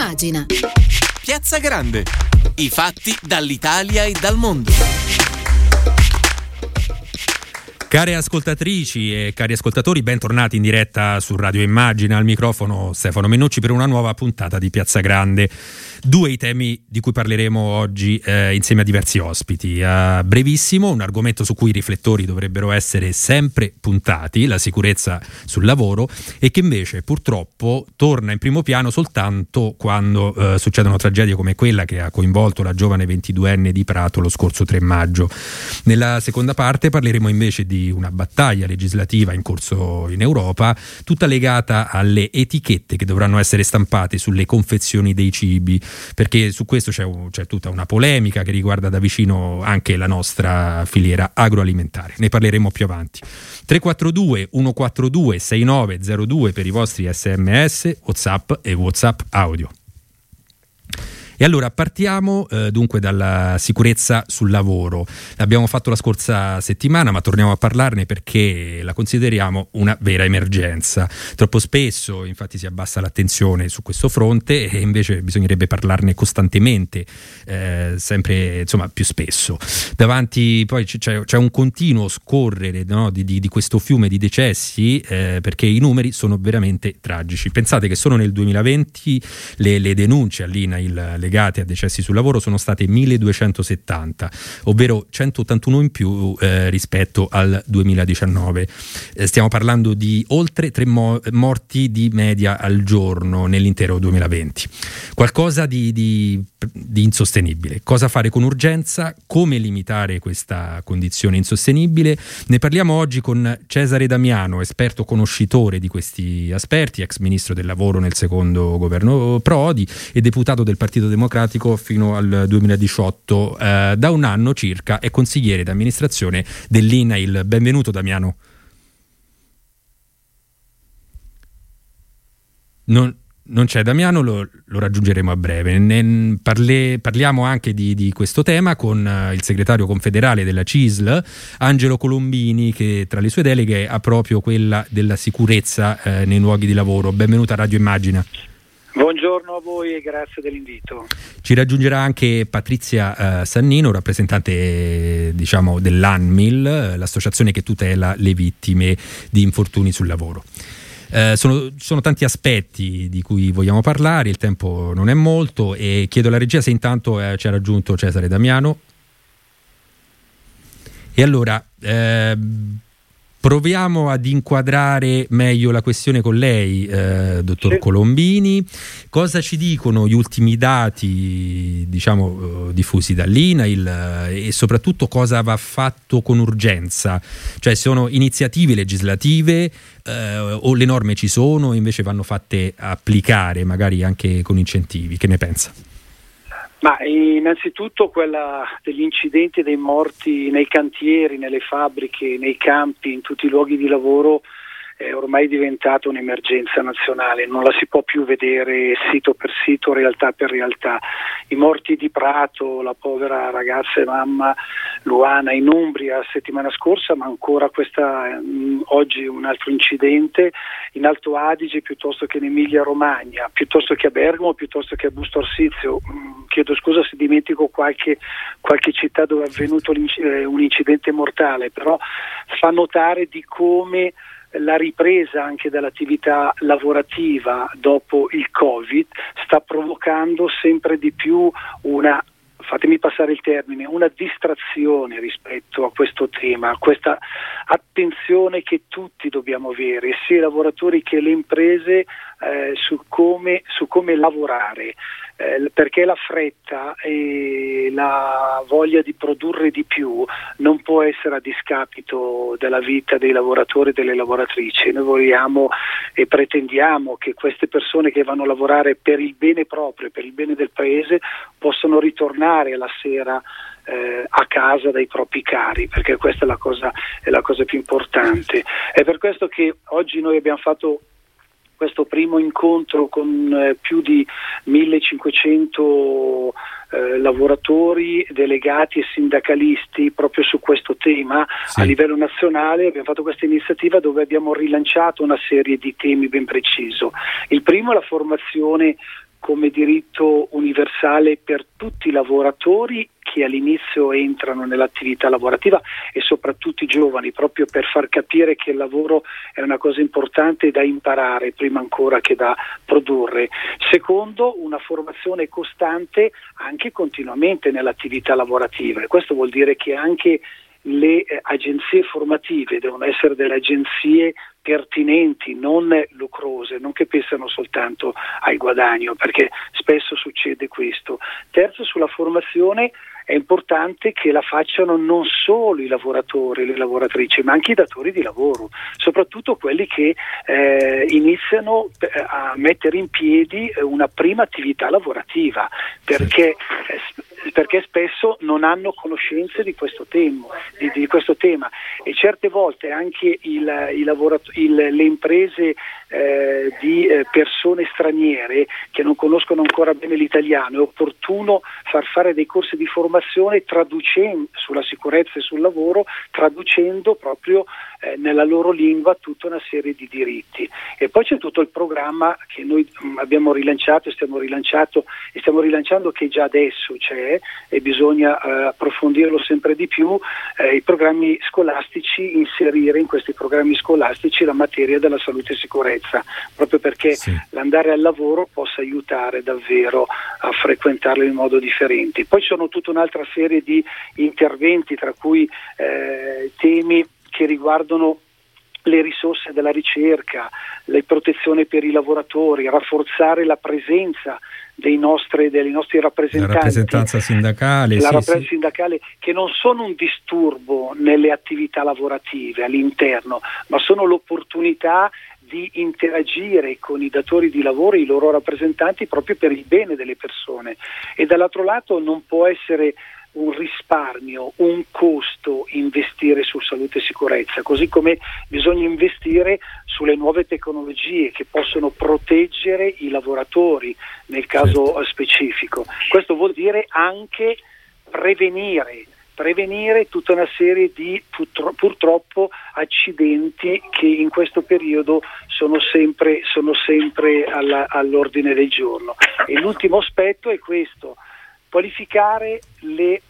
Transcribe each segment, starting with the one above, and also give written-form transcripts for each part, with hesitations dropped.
Immagina. Piazza Grande. I fatti dall'Italia e dal mondo. Care ascoltatrici e cari ascoltatori, bentornati in diretta su Radio Immagina. Al microfono Stefano Mennucci per una nuova puntata di Piazza Grande. Due i temi di cui parleremo oggi insieme a diversi ospiti. Brevissimo, un argomento su cui i riflettori dovrebbero essere sempre puntati, la sicurezza sul lavoro, e che invece purtroppo torna in primo piano soltanto quando succedono tragedie come quella che ha coinvolto la giovane 22enne di Prato lo scorso 3 maggio. Nella seconda parte parleremo invece di una battaglia legislativa in corso in Europa, tutta legata alle etichette che dovranno essere stampate sulle confezioni dei cibi, perché su questo c'è tutta una polemica che riguarda da vicino anche la nostra filiera agroalimentare. Ne parleremo più avanti. 342 142 6902 per i vostri SMS, WhatsApp e WhatsApp audio. E allora partiamo dunque dalla sicurezza sul lavoro. L'abbiamo fatto la scorsa settimana, ma torniamo a parlarne perché la consideriamo una vera emergenza. Troppo spesso infatti si abbassa l'attenzione su questo fronte e invece bisognerebbe parlarne costantemente, sempre insomma più spesso. Davanti poi c'è un continuo scorrere, no, di questo fiume di decessi, perché i numeri sono veramente tragici. Pensate che solo nel 2020 le denunce all'INAIL legate a decessi sul lavoro sono state 1270, ovvero 181 in più rispetto al 2019. Stiamo parlando di oltre 3 morti di media al giorno nell'intero 2020. Qualcosa di insostenibile. Cosa fare con urgenza? Come limitare questa condizione insostenibile? Ne parliamo oggi con Cesare Damiano, esperto conoscitore di questi aspetti, ex ministro del lavoro nel secondo governo Prodi e deputato del Partito Democratico fino al 2018. Da un anno circa è consigliere d'amministrazione dell'INAIL. Benvenuto Damiano. Non c'è Damiano, lo raggiungeremo a breve. Parliamo anche di questo tema con il segretario confederale della CISL, Angelo Colombini, che tra le sue deleghe ha proprio quella della sicurezza nei luoghi di lavoro. Benvenuta a Radio Immagina. Buongiorno a voi e grazie dell'invito. Ci raggiungerà anche Patrizia Sannino, rappresentante dell'ANMIL, l'associazione che tutela le vittime di infortuni sul lavoro. Sono tanti aspetti di cui vogliamo parlare, il tempo non è molto e chiedo alla regia se intanto ci ha raggiunto Cesare Damiano. E allora proviamo ad inquadrare meglio la questione con lei, dottor Colombini. Cosa ci dicono gli ultimi dati, diffusi dall'INAIL e soprattutto cosa va fatto con urgenza? Cioè, sono iniziative legislative o le norme ci sono e invece vanno fatte applicare, magari anche con incentivi? Che ne pensa? Ma innanzitutto quella degli incidenti e dei morti nei cantieri, nelle fabbriche, nei campi, in tutti i luoghi di lavoro è ormai diventata un'emergenza nazionale, non la si può più vedere sito per sito, realtà per realtà. I morti di Prato, la povera ragazza e mamma Luana in Umbria settimana scorsa, ma ancora oggi un altro incidente in Alto Adige piuttosto che in Emilia Romagna, piuttosto che a Bergamo, piuttosto che a Busto Arsizio. Chiedo scusa se dimentico qualche città dove è avvenuto un incidente mortale, però fa notare di come la ripresa anche dell'attività lavorativa dopo il Covid sta provocando sempre di più fatemi passare il termine, una distrazione rispetto a questo tema, questa attenzione che tutti dobbiamo avere, sia i lavoratori che le imprese, su come lavorare, perché la fretta e la voglia di produrre di più non può essere a discapito della vita dei lavoratori e delle lavoratrici. Noi vogliamo e pretendiamo che queste persone che vanno a lavorare per il bene proprio, per il bene del paese, possano ritornare la sera a casa dai propri cari, perché questa è la cosa più importante. È per questo che oggi noi abbiamo fatto questo primo incontro con più di 1500 lavoratori, delegati e sindacalisti proprio su questo tema. Sì. A livello nazionale abbiamo fatto questa iniziativa dove abbiamo rilanciato una serie di temi ben preciso. Il primo è la formazione come diritto universale per tutti i lavoratori che all'inizio entrano nell'attività lavorativa e soprattutto i giovani, proprio per far capire che il lavoro è una cosa importante da imparare prima ancora che da produrre. Secondo, una formazione costante anche continuamente nell'attività lavorativa, e questo vuol dire che anche le agenzie formative devono essere delle agenzie pertinenti, non lucrose, non che pensano soltanto al guadagno, perché spesso succede questo. Terzo, sulla formazione è importante che la facciano non solo i lavoratori e le lavoratrici, ma anche i datori di lavoro, soprattutto quelli che iniziano a mettere in piedi una prima attività lavorativa, perché spesso non hanno conoscenze di questo tema, di questo tema, e certe volte anche le imprese di persone straniere che non conoscono ancora bene l'italiano, è opportuno far fare dei corsi di formazione traducendo sulla sicurezza e sul lavoro, traducendo proprio nella loro lingua tutta una serie di diritti. E poi c'è tutto il programma che noi abbiamo rilanciato e stiamo rilanciando, che già adesso c'è e bisogna approfondirlo sempre di più, i programmi scolastici, inserire in questi programmi scolastici la materia della salute e sicurezza, proprio perché l'andare al lavoro possa aiutare davvero a frequentarlo in modo differente. Poi ci sono tutta un'altra serie di interventi, tra cui temi che riguardano le risorse della ricerca, le protezioni per i lavoratori, rafforzare la presenza dei nostri rappresentanti, la rappresentanza sindacale, sindacale, che non sono un disturbo nelle attività lavorative all'interno, ma sono l'opportunità di interagire con i datori di lavoro, i loro rappresentanti, proprio per il bene delle persone. E dall'altro lato non può essere un risparmio, un costo investire su salute e sicurezza, così come bisogna investire sulle nuove tecnologie che possono proteggere i lavoratori nel caso specifico. Questo vuol dire anche prevenire tutta una serie di purtroppo accidenti che in questo periodo sono sempre all'ordine del giorno. E l'ultimo aspetto è questo: qualificare le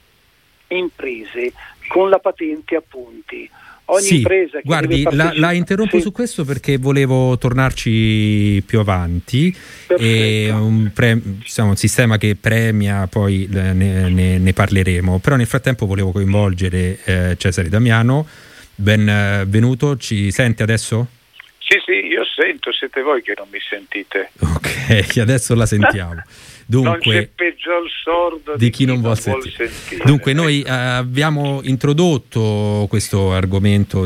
imprese con la patente a punti. Ogni impresa che guardi, la interrompo su questo perché volevo tornarci più avanti. È un sistema che premia, poi ne parleremo, però nel frattempo volevo coinvolgere Cesare Damiano. Benvenuto, ci sente adesso? Sì, io sento, siete voi che non mi sentite. Ok, adesso la sentiamo. Dunque, non c'è peggior sordo di chi non vuol sentire. Dunque, noi abbiamo introdotto questo argomento,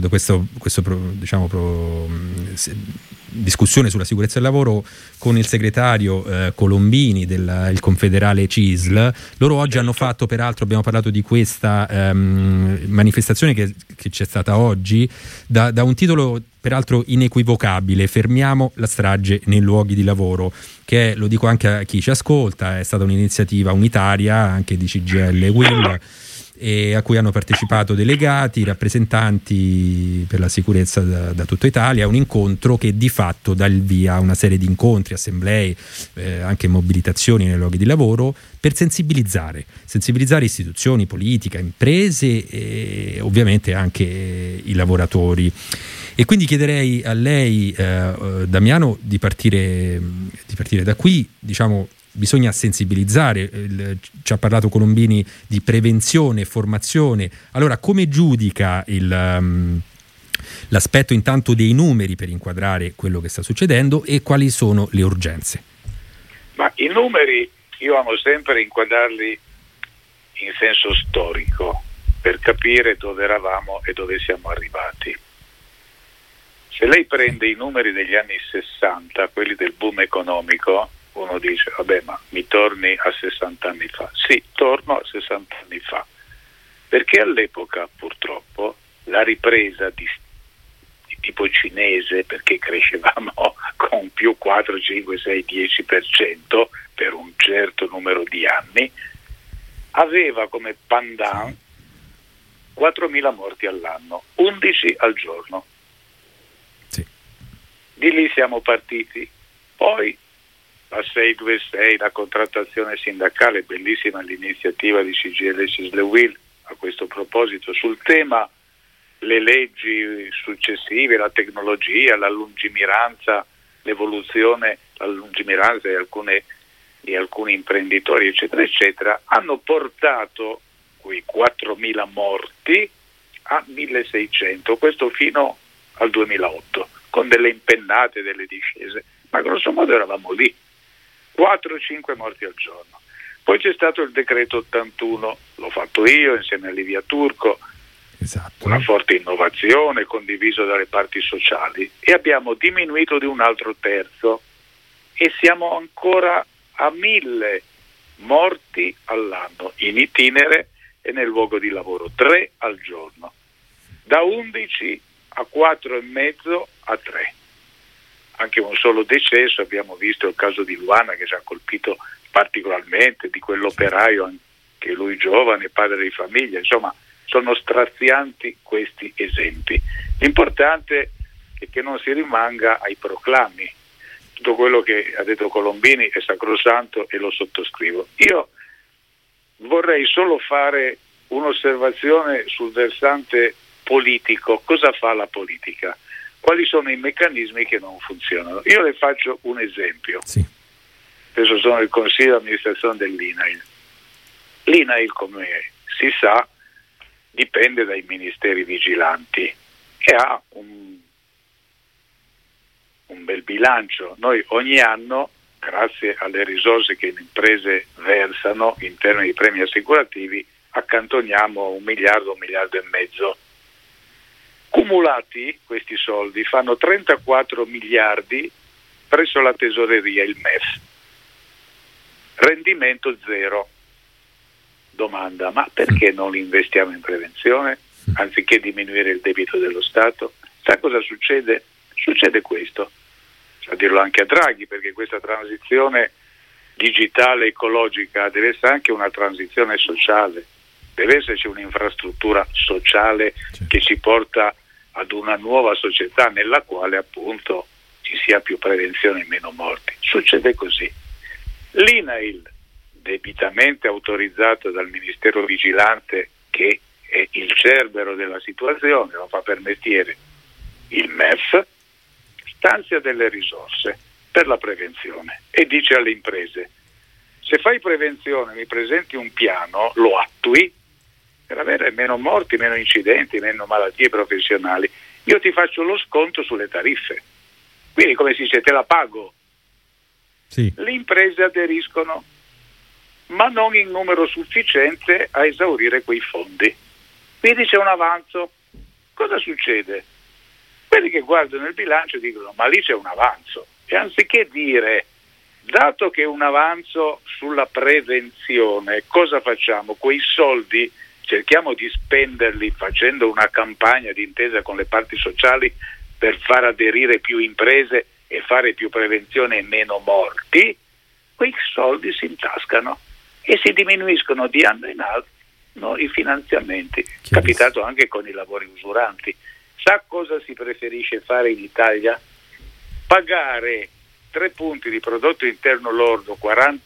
discussione sulla sicurezza del lavoro con il segretario Colombini il confederale CISL. Loro oggi hanno fatto, peraltro abbiamo parlato di questa manifestazione che c'è stata oggi, da un titolo peraltro inequivocabile: fermiamo la strage nei luoghi di lavoro, che è, lo dico anche a chi ci ascolta, è stata un'iniziativa unitaria anche di CGIL e UIL, e a cui hanno partecipato delegati, rappresentanti per la sicurezza da tutta Italia. Un incontro che di fatto dà il via a una serie di incontri, assemblee, anche mobilitazioni nei luoghi di lavoro, per sensibilizzare istituzioni, politica, imprese e ovviamente anche i lavoratori. E quindi chiederei a lei, Damiano, di partire da qui. Diciamo, bisogna sensibilizzare, ci ha parlato Colombini di prevenzione, formazione. Allora, come giudica l'aspetto intanto dei numeri per inquadrare quello che sta succedendo, e quali sono le urgenze? Ma i numeri io amo sempre inquadrarli in senso storico, per capire dove eravamo e dove siamo arrivati. Se lei prende i numeri degli anni 60, quelli del boom economico, uno dice, vabbè, ma mi torni a 60 anni fa. Sì, torno a 60 anni fa, perché all'epoca purtroppo la ripresa di tipo cinese, perché crescevamo con più 4, 5, 6, 10% per un certo numero di anni, aveva come pendant 4.000 morti all'anno, 11 al giorno. Di lì siamo partiti. Poi la 626, la contrattazione sindacale, bellissima l'iniziativa di CGIL Cisle-UIL a questo proposito. Sul tema le leggi successive, la tecnologia, la lungimiranza, l'evoluzione, la lungimiranza di alcuni imprenditori, eccetera, eccetera, hanno portato quei 4.000 morti a 1.600, questo fino al 2008, con delle impennate, delle discese, ma grosso modo eravamo lì, 4-5 morti al giorno. Poi c'è stato il decreto 81, l'ho fatto io insieme a Livia Turco, esatto, una forte innovazione condiviso dalle parti sociali, e abbiamo diminuito di un altro terzo e siamo ancora a 1.000 morti all'anno in itinere e nel luogo di lavoro, 3 al giorno, da 11 a 4,5 a 3. Anche un solo decesso, abbiamo visto il caso di Luana che ci ha colpito particolarmente, di quell'operaio, anche lui giovane, padre di famiglia, insomma sono strazianti questi esempi. L'importante è che non si rimanga ai proclami. Tutto quello che ha detto Colombini è sacrosanto e lo sottoscrivo. Io vorrei solo fare un'osservazione sul versante politico. Cosa fa la politica? Quali sono i meccanismi che non funzionano? Io le faccio un esempio. Sì. Adesso sono il consiglio di amministrazione dell'INAIL. L'INAIL, come si sa, dipende dai ministeri vigilanti e ha un bel bilancio. Noi ogni anno, grazie alle risorse che le imprese versano in termini di premi assicurativi, accantoniamo 1 miliardo, 1,5 miliardi. Cumulati questi soldi fanno 34 miliardi presso la tesoreria, il MEF. Rendimento zero. Domanda: ma perché non li investiamo in prevenzione anziché diminuire il debito dello Stato? Sa cosa succede? Succede questo, a dirlo anche a Draghi, perché questa transizione digitale ecologica deve essere anche una transizione sociale, deve esserci un'infrastruttura sociale che ci porta ad una nuova società nella quale appunto ci sia più prevenzione e meno morti. Succede così. L'INAIL, debitamente autorizzata dal Ministero Vigilante, che è il cerbero della situazione, lo fa per mestiere, il MEF, stanzia delle risorse per la prevenzione e dice alle imprese: se fai prevenzione, mi presenti un piano, lo attui per avere meno morti, meno incidenti, meno malattie professionali, io ti faccio lo sconto sulle tariffe, quindi come si dice te la pago. Sì. Le imprese aderiscono, ma non in numero sufficiente a esaurire quei fondi, quindi c'è un avanzo. Cosa succede? Quelli che guardano il bilancio dicono: ma lì c'è un avanzo, e anziché dire dato che è un avanzo sulla prevenzione, cosa facciamo? Quei soldi cerchiamo di spenderli facendo una campagna di intesa con le parti sociali per far aderire più imprese e fare più prevenzione e meno morti. Quei soldi si intascano e si diminuiscono di anno in anno i finanziamenti. È capitato anche con i lavori usuranti. Sa cosa si preferisce fare in Italia? Pagare 3 punti di prodotto interno lordo,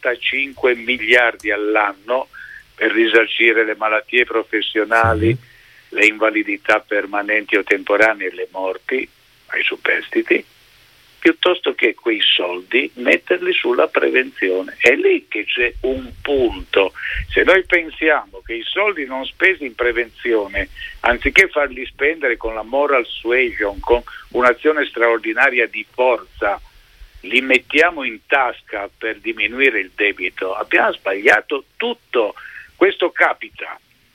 45 miliardi all'anno, per risarcire le malattie professionali, le invalidità permanenti o temporanee e le morti ai superstiti, piuttosto che quei soldi metterli sulla prevenzione. È lì che c'è un punto. Se noi pensiamo che i soldi non spesi in prevenzione, anziché farli spendere con la moral suasion, con un'azione straordinaria di forza, li mettiamo in tasca per diminuire il debito, abbiamo sbagliato tutto. Questo capita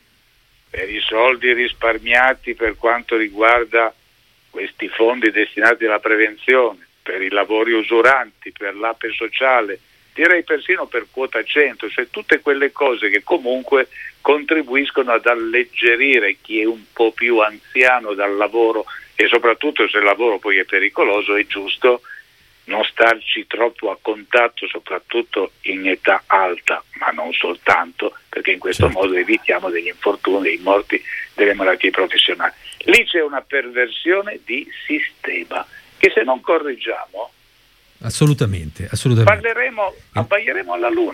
per i soldi risparmiati per quanto riguarda questi fondi destinati alla prevenzione, per i lavori usuranti, per l'APE sociale, direi persino per quota 100, cioè tutte quelle cose che comunque contribuiscono ad alleggerire chi è un po' più anziano dal lavoro, e soprattutto se il lavoro poi è pericoloso è giusto non starci troppo a contatto, soprattutto in età alta, ma non soltanto, perché in questo modo evitiamo degli infortuni, dei morti, delle malattie professionali. Lì c'è una perversione di sistema che se non correggiamo Assolutamente. Abbaieremo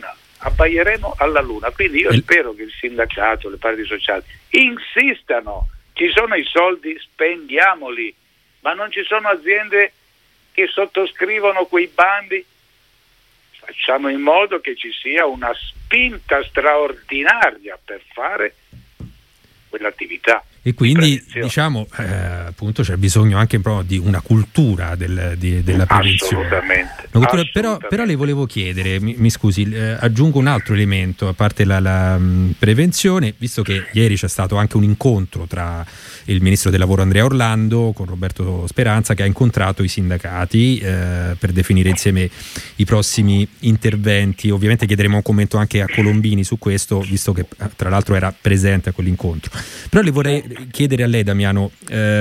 alla luna. Quindi io spero che il sindacato, le parti sociali insistano, ci sono i soldi, spendiamoli, ma non ci sono aziende che sottoscrivono quei bandi. Facciamo in modo che ci sia una spinta straordinaria per fare quell'attività. E quindi diciamo appunto c'è bisogno anche proprio di una cultura della prevenzione. Assolutamente. Però le volevo chiedere, mi scusi, aggiungo un altro elemento a parte la prevenzione, visto che ieri c'è stato anche un incontro tra il ministro del lavoro Andrea Orlando con Roberto Speranza, che ha incontrato i sindacati per definire insieme i prossimi interventi. Ovviamente chiederemo un commento anche a Colombini su questo, visto che tra l'altro era presente a quell'incontro. Però le vorrei chiedere a lei, Damiano,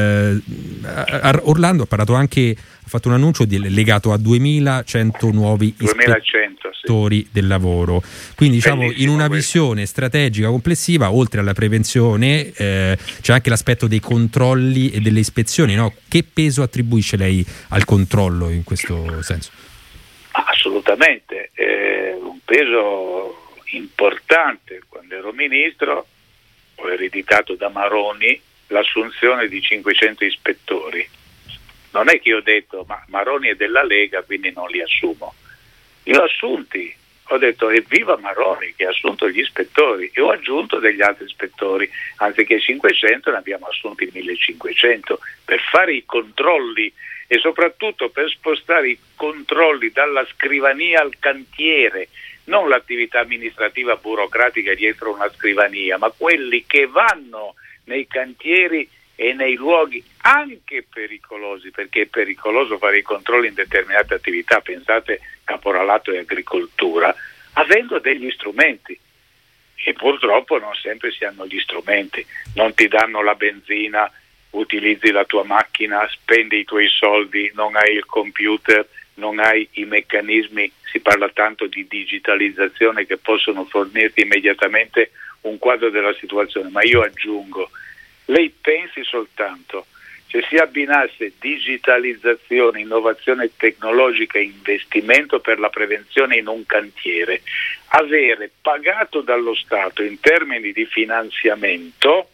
Orlando ha fatto un annuncio legato a 2100 nuovi ispettori del lavoro, quindi diciamo in una visione strategica complessiva, oltre alla prevenzione c'è anche l'aspetto dei controlli e delle ispezioni, no? Che peso attribuisce lei al controllo in questo senso? Assolutamente, un peso importante. Quando ero ministro ho ereditato da Maroni l'assunzione di 500 ispettori. Non è che io ho detto ma Maroni è della Lega quindi non li assumo. Io ho assunti, ho detto evviva Maroni che ha assunto gli ispettori, e ho aggiunto degli altri ispettori, anziché 500 ne abbiamo assunti 1500 per fare i controlli e soprattutto per spostare i controlli dalla scrivania al cantiere, non l'attività amministrativa burocratica dietro una scrivania, ma quelli che vanno nei cantieri e nei luoghi anche pericolosi, perché è pericoloso fare i controlli in determinate attività, pensate caporalato e agricoltura, avendo degli strumenti. E purtroppo non sempre si hanno gli strumenti, non ti danno la benzina, utilizzi la tua macchina, spendi i tuoi soldi, non hai il computer, non hai i meccanismi, si parla tanto di digitalizzazione, che possono fornirti immediatamente un quadro della situazione, ma io aggiungo, lei pensi soltanto, se si abbinasse digitalizzazione, innovazione tecnologica e investimento per la prevenzione in un cantiere, avere pagato dallo Stato in termini di finanziamento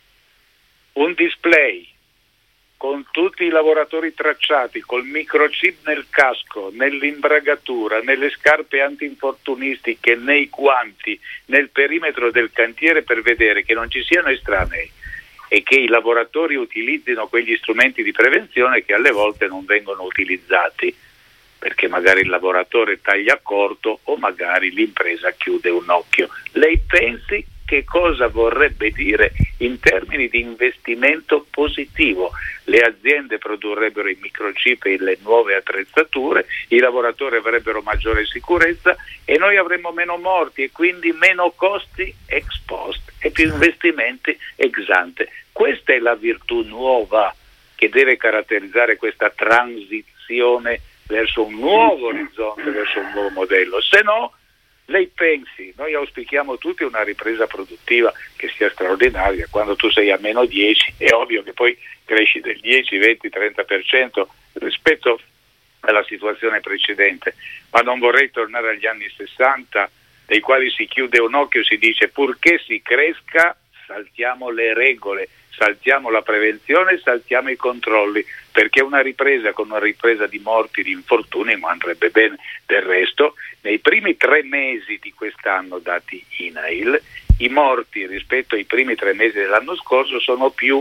un display con tutti i lavoratori tracciati, col microchip nel casco, nell'imbragatura, nelle scarpe antinfortunistiche, nei guanti, nel perimetro del cantiere, per vedere che non ci siano estranei e che i lavoratori utilizzino quegli strumenti di prevenzione che alle volte non vengono utilizzati, perché magari il lavoratore taglia corto o magari l'impresa chiude un occhio. Lei pensi che cosa vorrebbe dire in termini di investimento positivo? Le aziende produrrebbero i microchip e le nuove attrezzature, i lavoratori avrebbero maggiore sicurezza e noi avremmo meno morti e quindi meno costi ex post e più investimenti ex ante. Questa è la virtù nuova che deve caratterizzare questa transizione verso un nuovo orizzonte, verso un nuovo modello. Se no, lei pensi, noi auspichiamo tutti una ripresa produttiva che sia straordinaria. Quando tu sei a meno 10 è ovvio che poi cresci del 10, 20, 30% rispetto alla situazione precedente, ma non vorrei tornare agli anni 60, dei quali si chiude un occhio e si dice purché si cresca saltiamo le regole, saltiamo la prevenzione, saltiamo i controlli, perché una ripresa con una ripresa di morti, di infortuni non andrebbe bene. Del resto, nei primi 3 mesi di quest'anno, dati INAIL, i morti rispetto ai primi 3 mesi dell'anno scorso sono più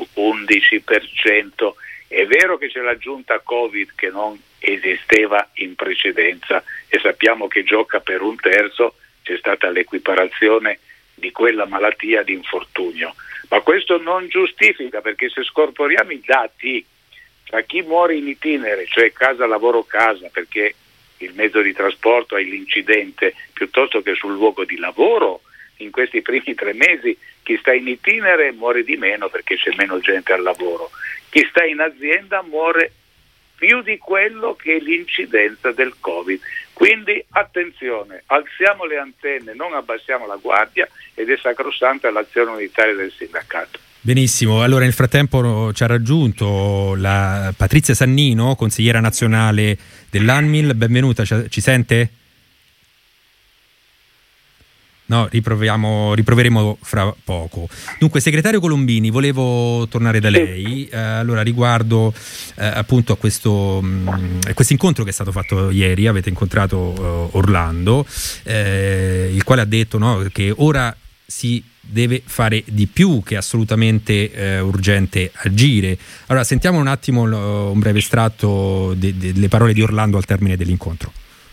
11%. È vero che c'è l'aggiunta Covid che non esisteva in precedenza e sappiamo che gioca per 1/3, c'è stata l'equiparazione di quella malattia di infortunio, ma questo non giustifica, perché se scorporiamo i dati tra chi muore in itinere, cioè casa lavoro casa, perché il mezzo di trasporto hai l'incidente, piuttosto che sul luogo di lavoro, in questi primi 3 mesi chi sta in itinere muore di meno perché c'è meno gente al lavoro, chi sta in azienda muore più di quello che è l'incidenza del Covid. Quindi attenzione, alziamo le antenne, non abbassiamo la guardia, ed è sacrosanta l'azione unitaria del sindacato. Benissimo, allora nel frattempo ci ha raggiunto la Patrizia Sannino, consigliera nazionale dell'Anmil. Benvenuta, ci sente? No, riproveremo fra poco. Dunque, segretario Colombini, volevo tornare da lei allora riguardo appunto a questo incontro che è stato fatto ieri. Avete incontrato Orlando, il quale ha detto, no, che ora si deve fare di più, che è assolutamente urgente agire. Allora sentiamo un attimo un breve estratto delle parole di Orlando al termine dell'incontro.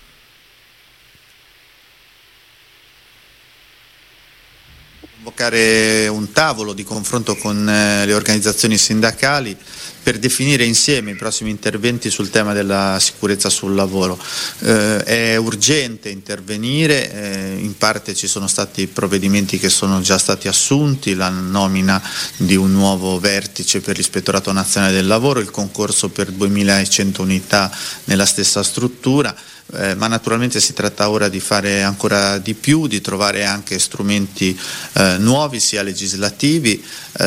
Convocare un tavolo di confronto con le organizzazioni sindacali per definire insieme i prossimi interventi sul tema della sicurezza sul lavoro. È urgente intervenire, in parte ci sono stati provvedimenti che sono già stati assunti, la nomina di un nuovo vertice per l'Ispettorato Nazionale del Lavoro, il concorso per 2100 unità nella stessa struttura. Ma naturalmente si tratta ora di fare ancora di più, di trovare anche strumenti nuovi, sia legislativi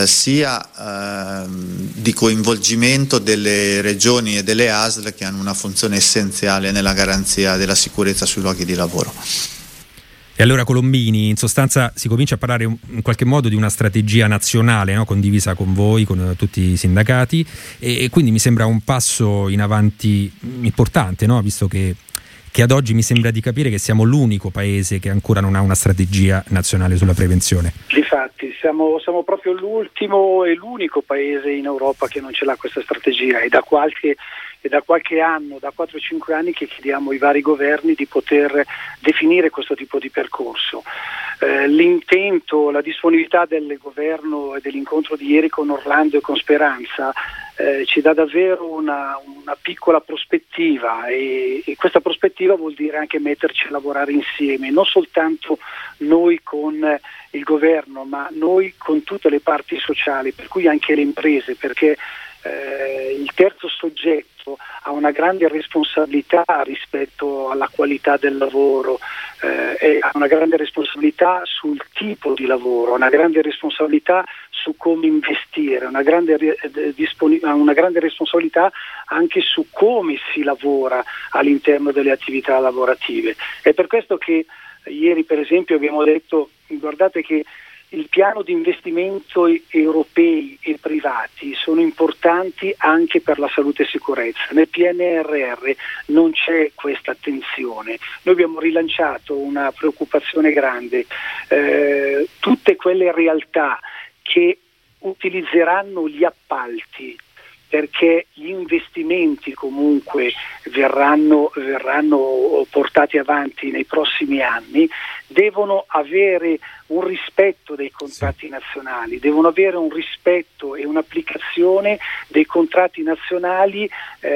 sia di coinvolgimento delle regioni e delle ASL, che hanno una funzione essenziale nella garanzia della sicurezza sui luoghi di lavoro. E allora, Colombini, in sostanza si comincia a parlare in qualche modo di una strategia nazionale, no? Condivisa con voi, con tutti i sindacati, e quindi mi sembra un passo in avanti importante, no? Visto che ad oggi mi sembra di capire che siamo l'unico paese che ancora non ha una strategia nazionale sulla prevenzione. Difatti siamo proprio l'ultimo e l'unico paese in Europa che non ce l'ha questa strategia, e da qualche anno, da 4-5 anni, che chiediamo ai vari governi di poter definire questo tipo di percorso. L'intento, la disponibilità del governo e dell'incontro di ieri con Orlando e con Speranza ci dà davvero una piccola prospettiva, e questa prospettiva vuol dire anche metterci a lavorare insieme, non soltanto noi con il governo, ma noi con tutte le parti sociali, per cui anche le imprese, perché il terzo soggetto ha una grande responsabilità rispetto alla qualità del lavoro, ha una grande responsabilità sul tipo di lavoro, una grande responsabilità su come investire, una grande responsabilità anche su come si lavora all'interno delle attività lavorative. È per questo che ieri, per esempio, abbiamo detto: guardate che il piano di investimento europei e privati sono importanti anche per la salute e sicurezza. Nel PNRR non c'è questa attenzione. Noi abbiamo rilanciato una preoccupazione grande. Tutte quelle realtà che utilizzeranno gli appalti, perché gli investimenti comunque verranno portati avanti nei prossimi anni, devono avere un rispetto dei contratti nazionali, devono avere un rispetto e un'applicazione dei contratti nazionali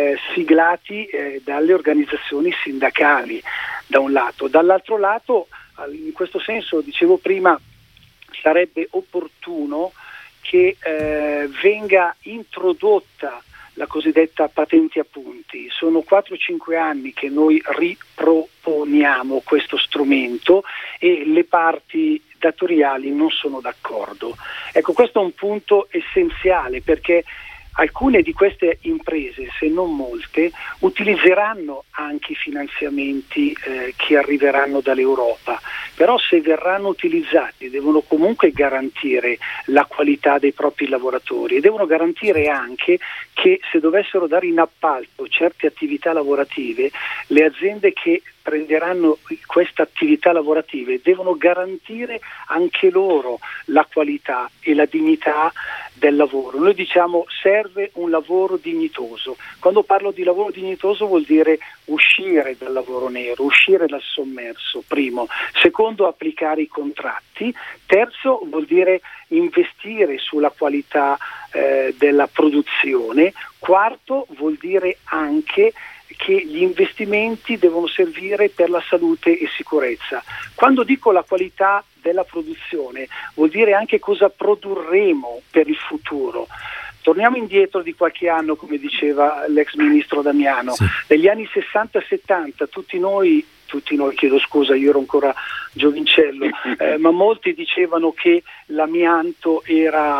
siglati dalle organizzazioni sindacali, da un lato. Dall'altro lato, in questo senso, dicevo prima, sarebbe opportuno che venga introdotta la cosiddetta patenti a punti. Sono 4-5 anni che noi riproponiamo questo strumento e le parti datoriali non sono d'accordo. Ecco, questo è un punto essenziale, perché alcune di queste imprese, se non molte, utilizzeranno anche i finanziamenti che arriveranno dall'Europa, però se verranno utilizzati devono comunque garantire la qualità dei propri lavoratori, e devono garantire anche che se dovessero dare in appalto certe attività lavorative, le aziende che prenderanno queste attività lavorative devono garantire anche loro la qualità e la dignità del lavoro. Noi diciamo: serve un lavoro dignitoso. Quando parlo di lavoro dignitoso vuol dire uscire dal lavoro nero, uscire dal sommerso, primo. Secondo, applicare i contratti. Terzo, vuol dire investire sulla qualità della produzione. Quarto, vuol dire anche che gli investimenti devono servire per la salute e sicurezza. Quando dico la qualità della produzione, vuol dire anche cosa produrremo per il futuro. Torniamo indietro di qualche anno, come diceva l'ex ministro Damiano. Sì. Negli anni 60-70 tutti noi, chiedo scusa, io ero ancora giovincello, ma molti dicevano che l'amianto era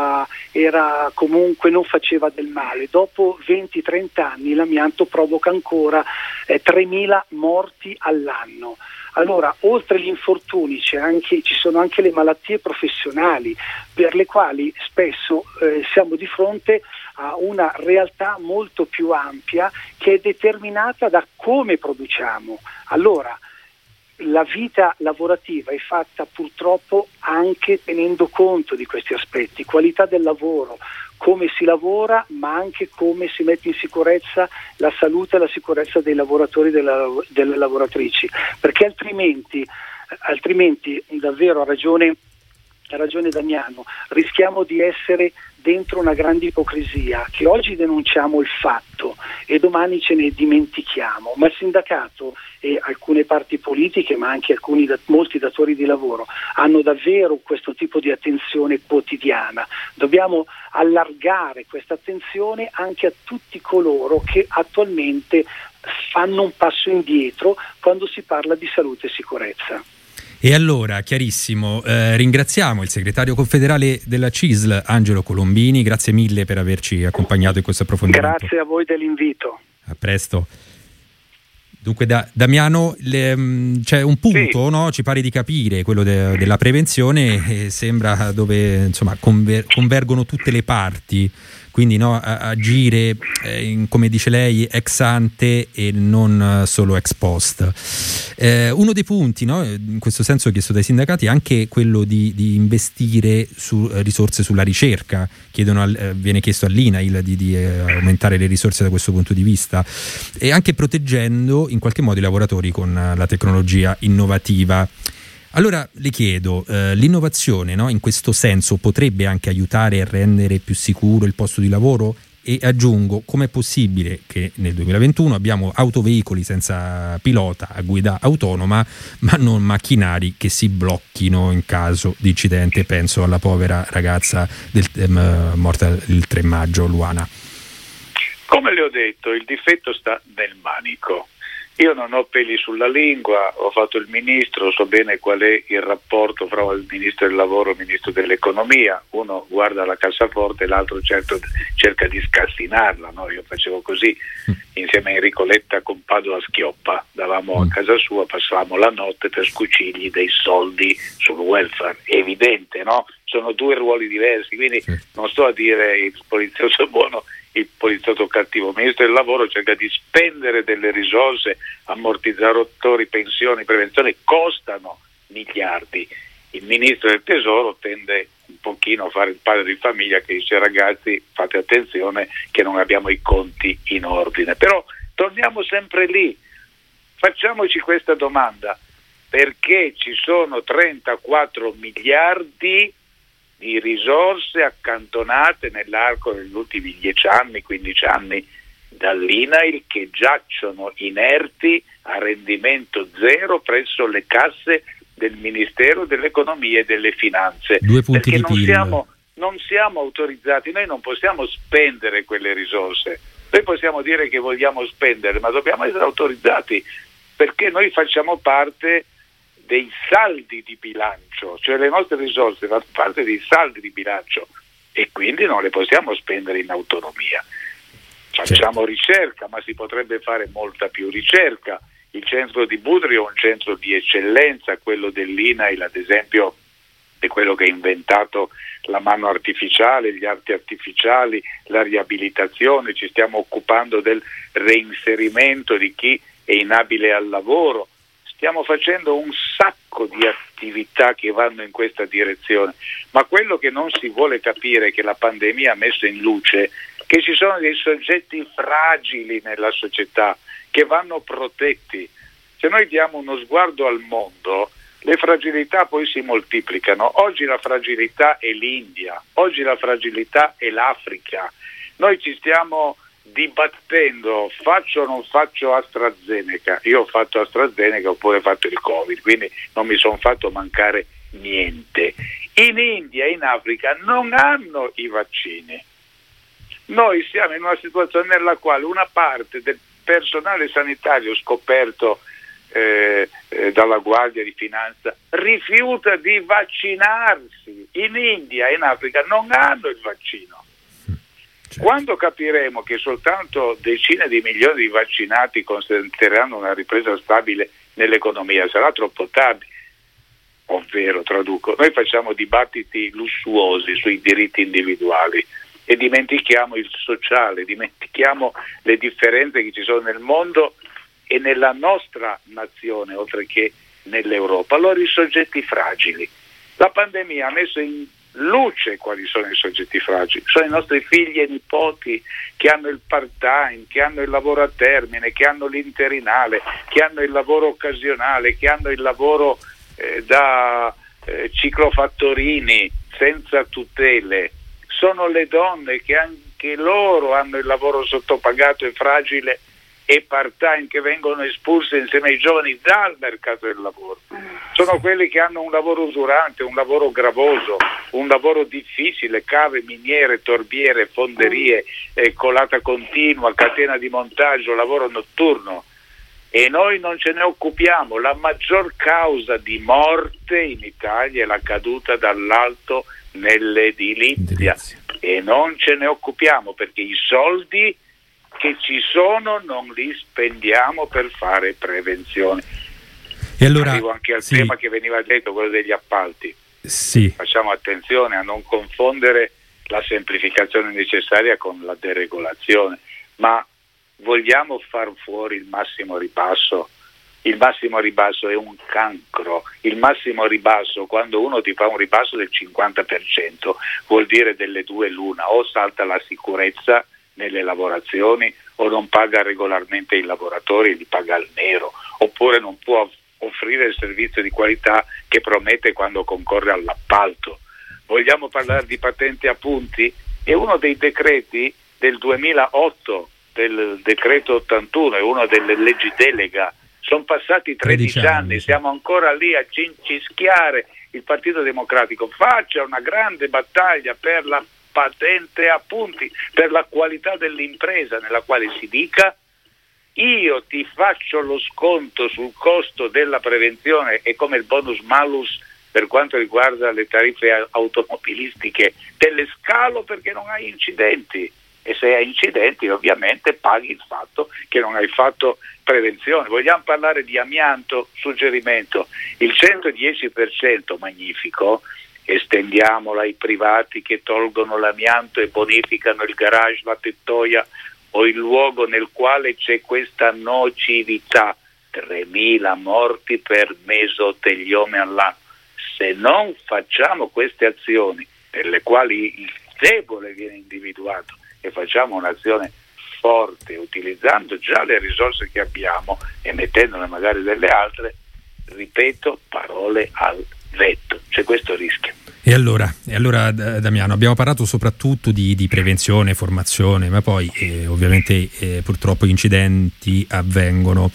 era comunque, non faceva del male. Dopo 20-30 anni l'amianto provoca ancora 3.000 morti all'anno. Allora, oltre agli infortuni ci sono anche le malattie professionali, per le quali spesso siamo di fronte a una realtà molto più ampia che è determinata da come produciamo. Allora, la vita lavorativa è fatta purtroppo anche tenendo conto di questi aspetti: qualità del lavoro, come si lavora, ma anche come si mette in sicurezza la salute e la sicurezza dei lavoratori e delle lavoratrici, perché altrimenti davvero ha ragione Damiano, rischiamo di essere dentro una grande ipocrisia, che oggi denunciamo il fatto e domani ce ne dimentichiamo, ma il sindacato e alcune parti politiche, ma anche molti datori di lavoro hanno davvero questo tipo di attenzione quotidiana. Dobbiamo allargare questa attenzione anche a tutti coloro che attualmente fanno un passo indietro quando si parla di salute e sicurezza. E allora, chiarissimo, ringraziamo il segretario confederale della CISL, Angelo Colombini, grazie mille per averci accompagnato in questo approfondimento. Grazie a voi dell'invito. A presto. Dunque Damiano, c'è un punto, sì, no? Ci pare di capire, quello della prevenzione, sembra dove insomma convergono tutte le parti, quindi no, agire come dice lei ex ante e non solo ex post. Uno dei punti, no, in questo senso chiesto dai sindacati è anche quello di investire su risorse sulla ricerca. Viene chiesto all'INAIL di aumentare le risorse da questo punto di vista, e anche proteggendo in qualche modo i lavoratori con la tecnologia innovativa. Allora le chiedo, l'innovazione, no, in questo senso potrebbe anche aiutare a rendere più sicuro il posto di lavoro? E aggiungo, com'è possibile che nel 2021 abbiamo autoveicoli senza pilota a guida autonoma, ma non macchinari che si blocchino in caso di incidente? Penso alla povera ragazza morta il 3 maggio, Luana. Come le ho detto, il difetto sta nel manico. Io non ho peli sulla lingua, ho fatto il ministro, so bene qual è il rapporto fra il ministro del lavoro e il ministro dell'economia. Uno guarda la cassaforte e l'altro cerca di scassinarla, no? Io facevo così insieme a Enrico Letta con Padova Schioppa, davamo a casa sua, passavamo la notte per scucirgli dei soldi sul welfare. È evidente, no? Sono due ruoli diversi, quindi non sto a dire il poliziotto buono, il poliziotto cattivo. Il ministro del lavoro cerca di spendere delle risorse, ammortizzatori, pensioni, prevenzione, costano miliardi. Il ministro del tesoro tende un pochino a fare il padre di famiglia che dice: ragazzi, fate attenzione che non abbiamo i conti in ordine. Però torniamo sempre lì, facciamoci questa domanda: perché ci sono 34 miliardi di risorse accantonate nell'arco degli ultimi 10 anni, 15 anni dall'INAIL, che giacciono inerti a rendimento zero presso le casse del Ministero dell'Economia e delle Finanze? Perché non siamo autorizzati, noi non possiamo spendere quelle risorse. Noi possiamo dire che vogliamo spendere, ma dobbiamo essere autorizzati, perché noi facciamo parte dei saldi di bilancio, cioè le nostre risorse fanno parte dei saldi di bilancio e quindi non le possiamo spendere in autonomia. Facciamo ricerca, ma si potrebbe fare molta più ricerca. Il centro di Budrio è un centro di eccellenza, quello dell'INAIL ad esempio è quello che ha inventato la mano artificiale, gli arti artificiali, la riabilitazione. Ci stiamo occupando del reinserimento di chi è inabile al lavoro. Stiamo facendo un sacco di attività che vanno in questa direzione, ma quello che non si vuole capire, che la pandemia ha messo in luce, che ci sono dei soggetti fragili nella società che vanno protetti. Se noi diamo uno sguardo al mondo, le fragilità poi si moltiplicano. Oggi la fragilità è l'India, oggi la fragilità è l'Africa. Noi ci stiamo dibattendo, faccio o non faccio AstraZeneca. Io ho fatto AstraZeneca oppure ho fatto il Covid, quindi non mi sono fatto mancare niente. In India e in Africa non hanno i vaccini. Noi siamo in una situazione nella quale una parte del personale sanitario scoperto dalla Guardia di Finanza, rifiuta di vaccinarsi. In India e in Africa non hanno il vaccino. Certo. Quando capiremo che soltanto decine di milioni di vaccinati consentiranno una ripresa stabile nell'economia, sarà troppo tardi. Ovvero, traduco, noi facciamo dibattiti lussuosi sui diritti individuali e dimentichiamo il sociale, dimentichiamo le differenze che ci sono nel mondo e nella nostra nazione, oltre che nell'Europa. Allora, i soggetti fragili. La pandemia ha messo in luce quali sono i soggetti fragili. Sono i nostri figli e nipoti che hanno il part-time, che hanno il lavoro a termine, che hanno l'interinale, che hanno il lavoro occasionale, che hanno il lavoro da ciclofattorini senza tutele. Sono le donne che anche loro hanno il lavoro sottopagato e fragile e part-time, che vengono espulse insieme ai giovani dal mercato del lavoro. Sono quelli che hanno un lavoro usurante, un lavoro gravoso, un lavoro difficile, cave, miniere, torbiere, fonderie, colata continua, catena di montaggio, lavoro notturno. E noi non ce ne occupiamo. La maggior causa di morte in Italia è la caduta dall'alto nell'edilizia e non ce ne occupiamo perché i soldi che ci sono non li spendiamo per fare prevenzione. E allora arrivo anche al tema che veniva detto, quello degli appalti. Sì. Facciamo attenzione a non confondere la semplificazione necessaria con la deregolazione, ma vogliamo far fuori il massimo ribasso? Il massimo ribasso è un cancro. Il massimo ribasso, quando uno ti fa un ribasso del 50%, vuol dire delle due l'una: o salta la sicurezza nelle lavorazioni o non paga regolarmente i lavoratori e li paga al nero, oppure non può offrire il servizio di qualità che promette quando concorre all'appalto. Vogliamo parlare di patente a punti? È uno dei decreti del 2008, del decreto 81, è una delle leggi delega. Sono passati 13 anni, siamo ancora lì a cincischiare. Il Partito Democratico faccia una grande battaglia per la patente a punti, per la qualità dell'impresa, nella quale si dica: io ti faccio lo sconto sul costo della prevenzione, e come il bonus malus per quanto riguarda le tariffe automobilistiche, te le scalo perché non hai incidenti. E se hai incidenti ovviamente paghi il fatto che non hai fatto prevenzione. Vogliamo parlare di amianto? Suggerimento: il 110%, magnifico, estendiamola ai privati che tolgono l'amianto e bonificano il garage, la tettoia o il luogo nel quale c'è questa nocività. 3.000 morti per mesoteliome all'anno. Se non facciamo queste azioni, nelle quali il debole viene individuato, e facciamo un'azione forte utilizzando già le risorse che abbiamo e mettendone magari delle altre, ripeto, parole al vento. C'è questo rischio. E allora Damiano, abbiamo parlato soprattutto di prevenzione, formazione, ma poi ovviamente purtroppo gli incidenti avvengono.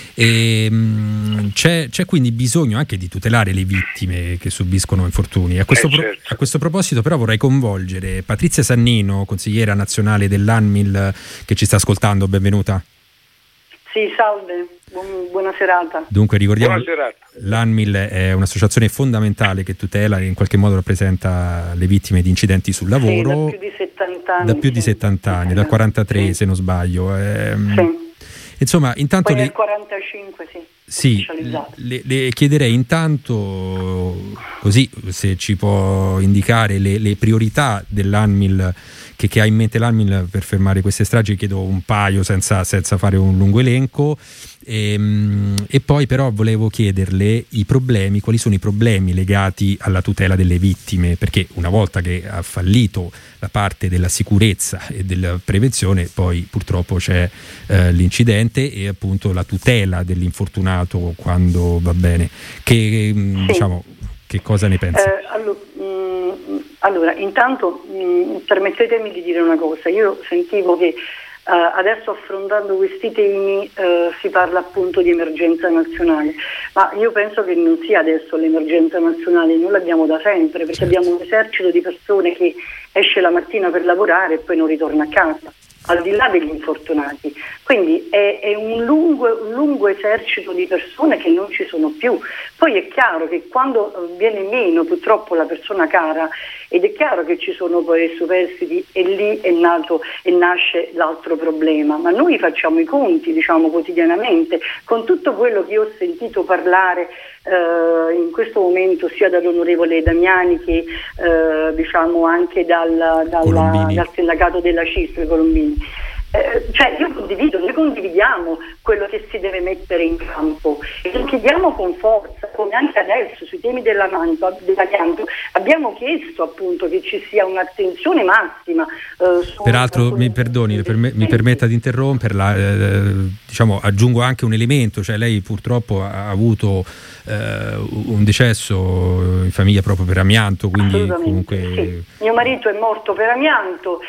C'è quindi bisogno anche di tutelare le vittime che subiscono infortuni. A questo proposito però vorrei coinvolgere Patrizia Sannino, consigliera nazionale dell'ANMIL, che ci sta ascoltando. Benvenuta. Sì, salve, buona serata. Dunque ricordiamo, l'ANMIL è un'associazione fondamentale che tutela e in qualche modo rappresenta le vittime di incidenti sul lavoro. Sì, da più di 70 anni. Da più di 70 anni, dal 43 sì, se non sbaglio. Sì. Insomma, intanto poi nel 45 sì, le chiederei intanto, così, se ci può indicare le priorità dell'ANMIL, che ha in mente l'ANMIL per fermare queste stragi. Chiedo un paio senza fare un lungo elenco, e poi però volevo chiederle quali sono i problemi legati alla tutela delle vittime, perché una volta che ha fallito la parte della sicurezza e della prevenzione, poi purtroppo c'è l'incidente e appunto la tutela dell'infortunato quando va bene. Diciamo, che cosa ne pensi? Allora, intanto permettetemi di dire una cosa. Io sentivo che adesso, affrontando questi temi, si parla appunto di emergenza nazionale, ma io penso che non sia adesso l'emergenza nazionale, noi l'abbiamo da sempre, perché abbiamo un esercito di persone che esce la mattina per lavorare e poi non ritorna a casa. al di là degli infortunati. Quindi è un lungo esercito di persone che non ci sono più. Poi è chiaro che quando viene meno purtroppo la persona cara, ed è chiaro che ci sono poi superstiti, e lì è nato e nasce l'altro problema. Ma noi facciamo i conti, diciamo, quotidianamente con tutto quello che io ho sentito parlare in questo momento sia dall'onorevole Damiani che diciamo anche dal sindacato della CISL Colombini. Cioè io noi condividiamo quello che si deve mettere in campo e lo chiediamo con forza, come anche adesso sui temi dell'amianto abbiamo chiesto appunto che ci sia un'attenzione massima. Peraltro mi perdoni, mi permetta di interromperla, diciamo aggiungo anche un elemento, cioè lei purtroppo ha avuto un decesso in famiglia proprio per amianto, quindi comunque sì. Mio marito è morto per amianto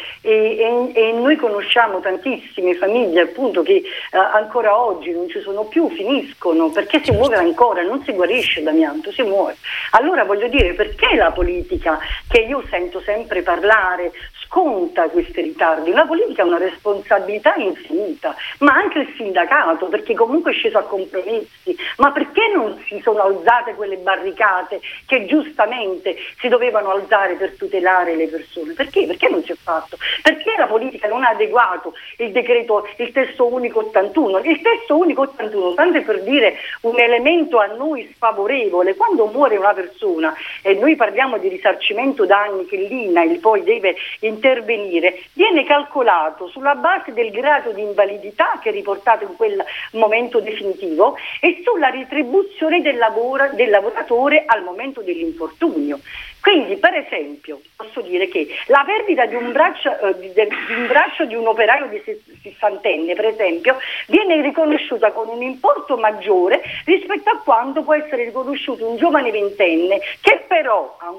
e noi conosciamo tantissime famiglie appunto che ancora oggi non ci sono più, finiscono perché si muove ancora, non si guarisce d'amianto, si muove. Allora voglio dire, perché la politica, che io sento sempre parlare, sconta questi ritardi? La politica ha una responsabilità infinita, ma anche il sindacato, perché comunque è sceso a compromessi. Ma perché non si sono alzate quelle barricate che giustamente si dovevano alzare per tutelare le persone? Perché? Perché non si è fatto? Perché la politica non ha adeguato il testo unico 81? Il testo unico 81, tanto per dire un elemento a noi sfavorevole, quando muore una persona e noi parliamo di risarcimento danni che l'INAIL poi deve intervenire, viene calcolato sulla base del grado di invalidità che è riportato in quel momento definitivo e sulla retribuzione del lavoratore al momento dell'infortunio. Quindi, per esempio, posso dire che la perdita di un braccio di un operaio di sessantenne, per esempio, viene riconosciuta con un importo maggiore rispetto a quanto può essere riconosciuto un giovane ventenne che però ha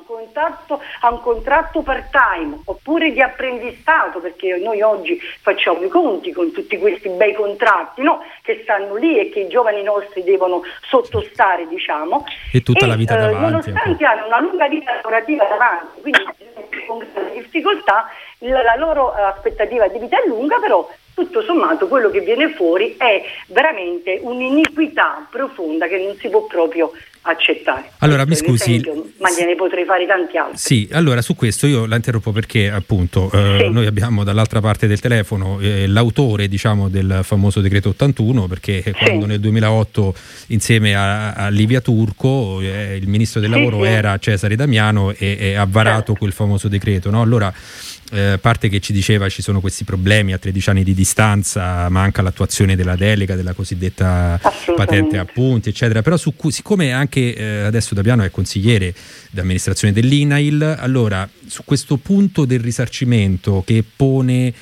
un contratto part-time oppure di apprendistato, perché noi oggi facciamo i conti con tutti questi bei contratti, no? Che stanno lì e che i giovani nostri devono sottostare, diciamo. E tutta la vita davanti. Nonostante hanno una lunga vita lavorativa davanti, quindi con grande difficoltà, la loro aspettativa di vita è lunga, però tutto sommato quello che viene fuori è veramente un'iniquità profonda che non si può proprio accettare. Allora mi scusi, ma gliene potrei fare tanti altri. Sì, allora su questo io la interrompo perché appunto noi abbiamo dall'altra parte del telefono l'autore, diciamo, del famoso decreto 81, perché quando nel 2008 insieme a Livia Turco il ministro del lavoro era Cesare Damiano e ha varato quel famoso decreto, no? Allora a parte che ci diceva ci sono questi problemi a 13 anni di distanza, manca l'attuazione della delega, della cosiddetta patente a punti, eccetera, però siccome anche adesso Damiano è consigliere d'amministrazione dell'INAIL, allora su questo punto del risarcimento che pone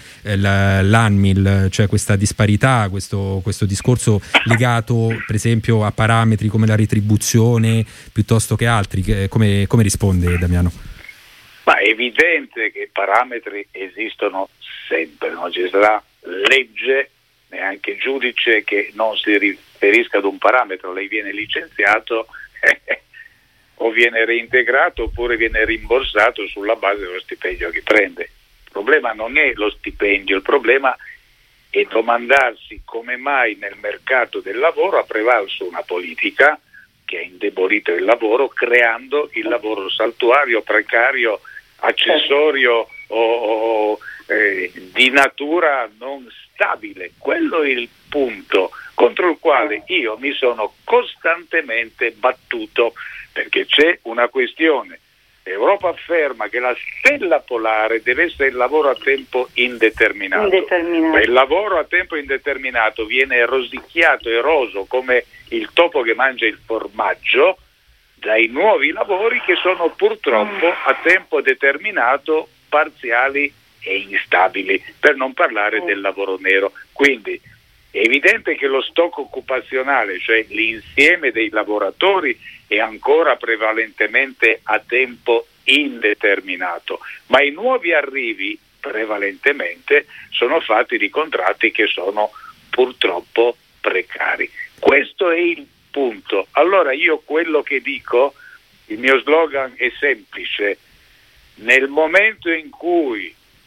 l'ANMIL, cioè questa disparità, questo discorso legato per esempio a parametri come la retribuzione piuttosto che altri, come risponde Damiano? Ma è evidente che i parametri esistono sempre, non ci sarà legge, neanche giudice che non si riferisca ad un parametro. Lei viene licenziato o viene reintegrato oppure viene rimborsato sulla base dello stipendio che prende. Il problema non è lo stipendio, il problema è domandarsi come mai nel mercato del lavoro ha prevalso una politica che ha indebolito il lavoro, creando il lavoro saltuario, precario, accessorio o di natura non stabile. Quello è il punto contro il quale io mi sono costantemente battuto, perché c'è una questione. L'Europa afferma che la stella polare deve essere il lavoro a tempo indeterminato. Ma il lavoro a tempo indeterminato viene rosicchiato, eroso come il topo che mangia il formaggio dai nuovi lavori che sono purtroppo a tempo determinato, parziali e instabili, per non parlare del lavoro nero. Quindi è evidente che lo stock occupazionale, cioè l'insieme dei lavoratori, è ancora prevalentemente a tempo indeterminato, ma i nuovi arrivi prevalentemente sono fatti di contratti che sono purtroppo precari. Questo è il punto. Allora io quello che dico, il mio slogan è semplice: nel momento in cui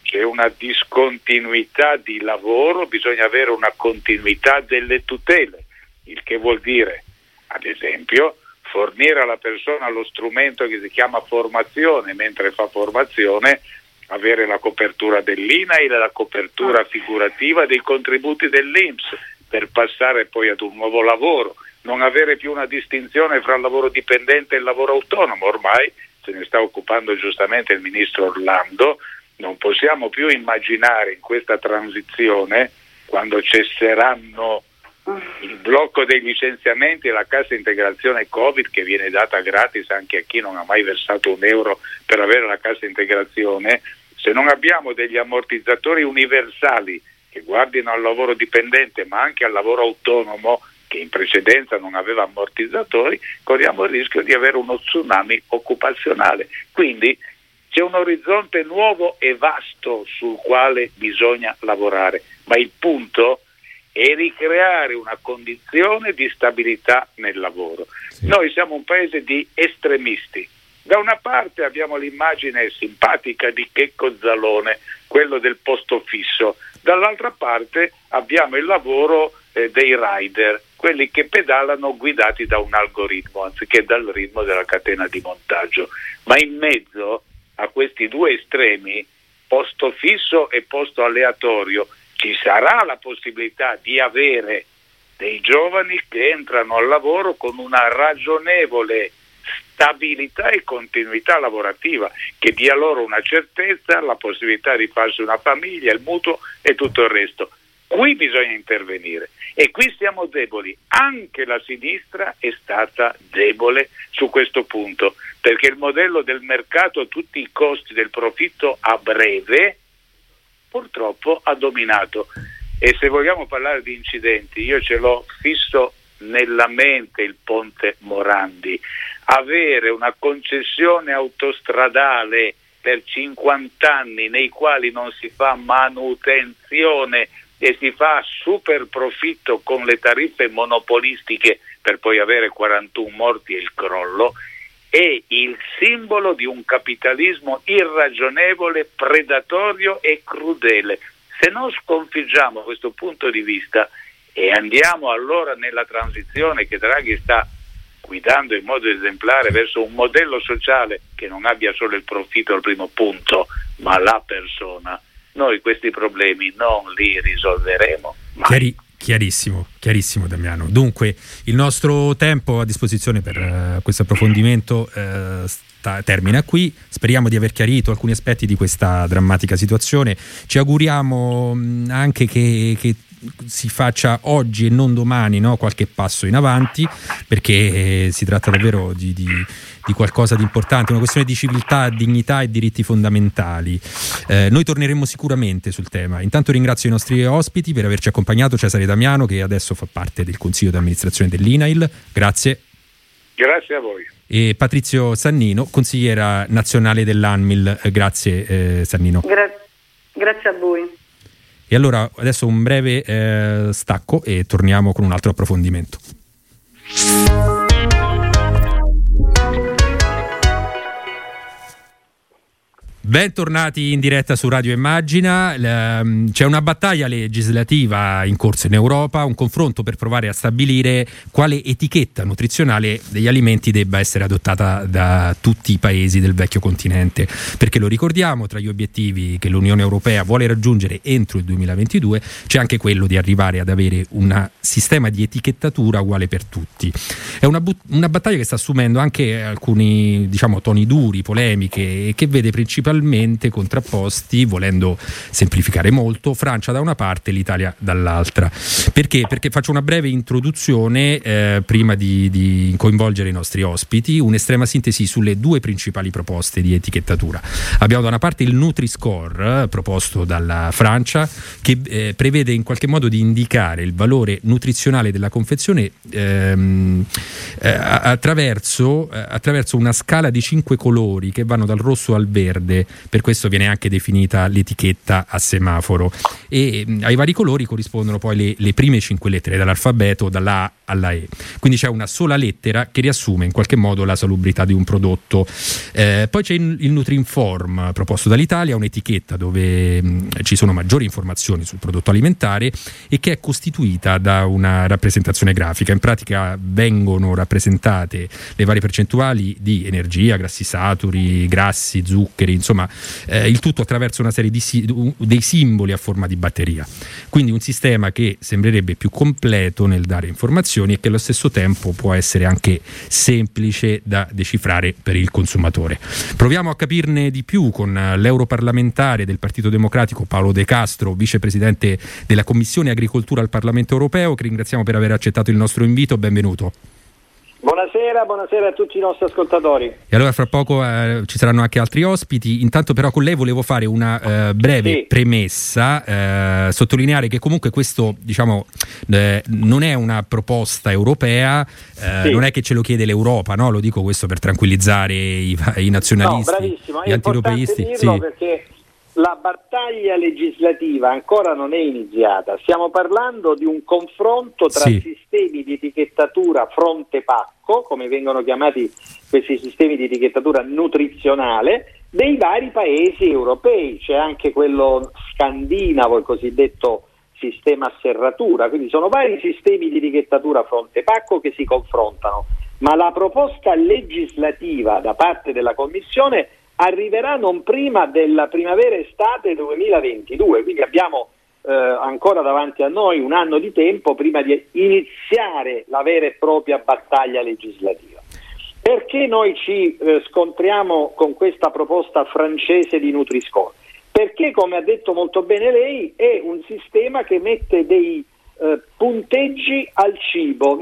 c'è una discontinuità di lavoro, bisogna avere una continuità delle tutele, il che vuol dire, ad esempio, fornire alla persona lo strumento che si chiama formazione, mentre fa formazione avere la copertura dell'INAIL e la copertura figurativa dei contributi dell'INPS per passare poi ad un nuovo lavoro, non avere più una distinzione fra il lavoro dipendente e il lavoro autonomo. Ormai se ne sta occupando giustamente il ministro Orlando. Non possiamo più immaginare in questa transizione, quando cesseranno il blocco dei licenziamenti e la cassa integrazione Covid, che viene data gratis anche a chi non ha mai versato un euro per avere la cassa integrazione, se non abbiamo degli ammortizzatori universali che guardino al lavoro dipendente ma anche al lavoro autonomo, che in precedenza non aveva ammortizzatori, corriamo il rischio di avere uno tsunami occupazionale. Quindi c'è un orizzonte nuovo e vasto sul quale bisogna lavorare, ma il punto è ricreare una condizione di stabilità nel lavoro. Sì. Noi siamo un paese di estremisti. Da una parte abbiamo l'immagine simpatica di Checco Zalone, quello del posto fisso, dall'altra parte abbiamo il lavoro dei rider, quelli che pedalano guidati da un algoritmo anziché dal ritmo della catena di montaggio. Ma in mezzo a questi due estremi, posto fisso e posto aleatorio, ci sarà la possibilità di avere dei giovani che entrano al lavoro con una ragionevole stabilità e continuità lavorativa, che dia loro una certezza, la possibilità di farsi una famiglia, il mutuo e tutto il resto. Qui bisogna intervenire e qui siamo deboli. Anche la sinistra è stata debole su questo punto, perché il modello del mercato a tutti i costi del profitto a breve purtroppo ha dominato. E se vogliamo parlare di incidenti, io ce l'ho fisso nella mente il ponte Morandi. Avere una concessione autostradale per 50 anni nei quali non si fa manutenzione e si fa super profitto con le tariffe monopolistiche per poi avere 41 morti e il crollo, è il simbolo di un capitalismo irragionevole, predatorio e crudele. Se non sconfiggiamo questo punto di vista e andiamo allora nella transizione che Draghi sta guidando in modo esemplare verso un modello sociale che non abbia solo il profitto al primo punto, ma la persona, noi questi problemi non li risolveremo mai. Chiarissimo Damiano. Dunque il nostro tempo a disposizione per questo approfondimento termina qui. Speriamo di aver chiarito alcuni aspetti di questa drammatica situazione. Ci auguriamo anche che si faccia oggi e non domani, no, qualche passo in avanti, perché si tratta davvero di qualcosa di importante, una questione di civiltà, dignità e diritti fondamentali. Noi torneremo sicuramente sul tema. Intanto ringrazio i nostri ospiti per averci accompagnato, Cesare Damiano, che adesso fa parte del consiglio di amministrazione dell'INAIL, grazie. Grazie a voi. E Patrizio Sannino, consigliera nazionale dell'ANMIL, grazie Sannino. Grazie a voi. E allora adesso un breve stacco e torniamo con un altro approfondimento. Bentornati in diretta su Radio Immagina. C'è una battaglia legislativa in corso in Europa, un confronto per provare a stabilire quale etichetta nutrizionale degli alimenti debba essere adottata da tutti i paesi del vecchio continente, perché lo ricordiamo, tra gli obiettivi che l'Unione Europea vuole raggiungere entro il 2022 c'è anche quello di arrivare ad avere un sistema di etichettatura uguale per tutti. È una battaglia che sta assumendo anche alcuni, toni duri, polemiche, e che vede principalmente contrapposti, volendo semplificare molto, Francia da una parte e l'Italia dall'altra. Perché? Perché faccio una breve introduzione prima di coinvolgere i nostri ospiti, un'estrema sintesi sulle due principali proposte di etichettatura. Abbiamo da una parte il Nutri-Score proposto dalla Francia, che prevede in qualche modo di indicare il valore nutrizionale della confezione attraverso una scala di 5 colori che vanno dal rosso al verde, per questo viene anche definita l'etichetta a semaforo, e ai vari colori corrispondono poi le prime 5 lettere dall'alfabeto, dalla A alla E, quindi c'è una sola lettera che riassume in qualche modo la salubrità di un prodotto. Poi c'è il Nutrinform proposto dall'Italia, un'etichetta dove ci sono maggiori informazioni sul prodotto alimentare e che è costituita da una rappresentazione grafica. In pratica vengono rappresentate le varie percentuali di energia, grassi saturi, grassi, zuccheri, insomma il tutto attraverso una serie dei simboli a forma di batteria. Quindi un sistema che sembrerebbe più completo nel dare informazioni e che allo stesso tempo può essere anche semplice da decifrare per il consumatore. Proviamo a capirne di più con l'europarlamentare del Partito Democratico Paolo De Castro, vicepresidente della Commissione Agricoltura al Parlamento Europeo, che ringraziamo per aver accettato il nostro invito. Benvenuto. Buonasera a tutti i nostri ascoltatori. E allora fra poco ci saranno anche altri ospiti. Intanto però con lei volevo fare una breve premessa, sottolineare che comunque questo non è una proposta europea, non è che ce lo chiede l'Europa, no? Lo dico questo per tranquillizzare i nazionalisti, bravissimo. gli antieuropeisti. Dirlo perché la battaglia legislativa ancora non è iniziata. Stiamo parlando di un confronto tra sistemi di etichettatura fronte-pacco, come vengono chiamati questi sistemi di etichettatura nutrizionale, dei vari paesi europei. C'è anche quello scandinavo, il cosiddetto sistema a serratura, quindi sono vari sistemi di etichettatura fronte-pacco che si confrontano, ma la proposta legislativa da parte della Commissione arriverà non prima della primavera-estate 2022, quindi abbiamo ancora davanti a noi un anno di tempo prima di iniziare la vera e propria battaglia legislativa. Perché noi ci scontriamo con questa proposta francese di Nutri-Score? Perché, come ha detto molto bene lei, è un sistema che mette dei punteggi al cibo,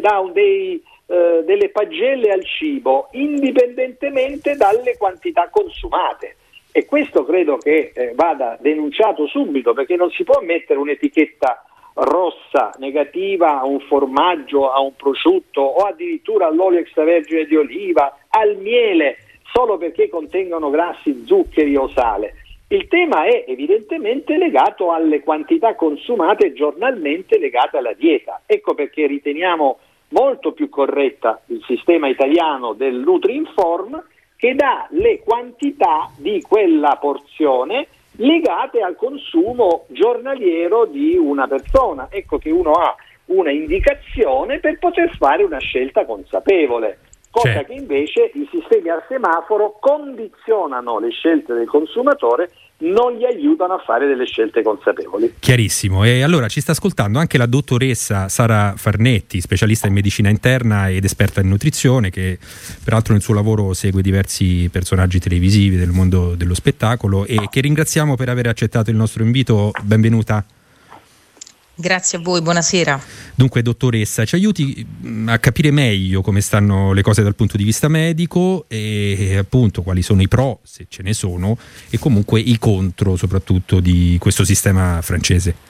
delle pagelle al cibo indipendentemente dalle quantità consumate, e questo credo che vada denunciato subito, perché non si può mettere un'etichetta rossa negativa a un formaggio, a un prosciutto o addirittura all'olio extravergine di oliva, al miele, solo perché contengono grassi, zuccheri o sale. Il tema è evidentemente legato alle quantità consumate giornalmente legate alla dieta. Ecco perché riteniamo molto più corretta il sistema italiano del Nutrinform, che dà le quantità di quella porzione legate al consumo giornaliero di una persona. Ecco che uno ha una indicazione per poter fare una scelta consapevole, cosa che invece i sistemi a semaforo condizionano le scelte del consumatore, non gli aiutano a fare delle scelte consapevoli. Chiarissimo. E allora ci sta ascoltando anche la dottoressa Sara Farnetti, specialista in medicina interna ed esperta in nutrizione, che peraltro nel suo lavoro segue diversi personaggi televisivi del mondo dello spettacolo, e che ringraziamo per aver accettato il nostro invito. Benvenuta. Grazie a voi, buonasera. Dunque, dottoressa, ci aiuti a capire meglio come stanno le cose dal punto di vista medico e appunto quali sono i pro, se ce ne sono, e comunque i contro soprattutto di questo sistema francese.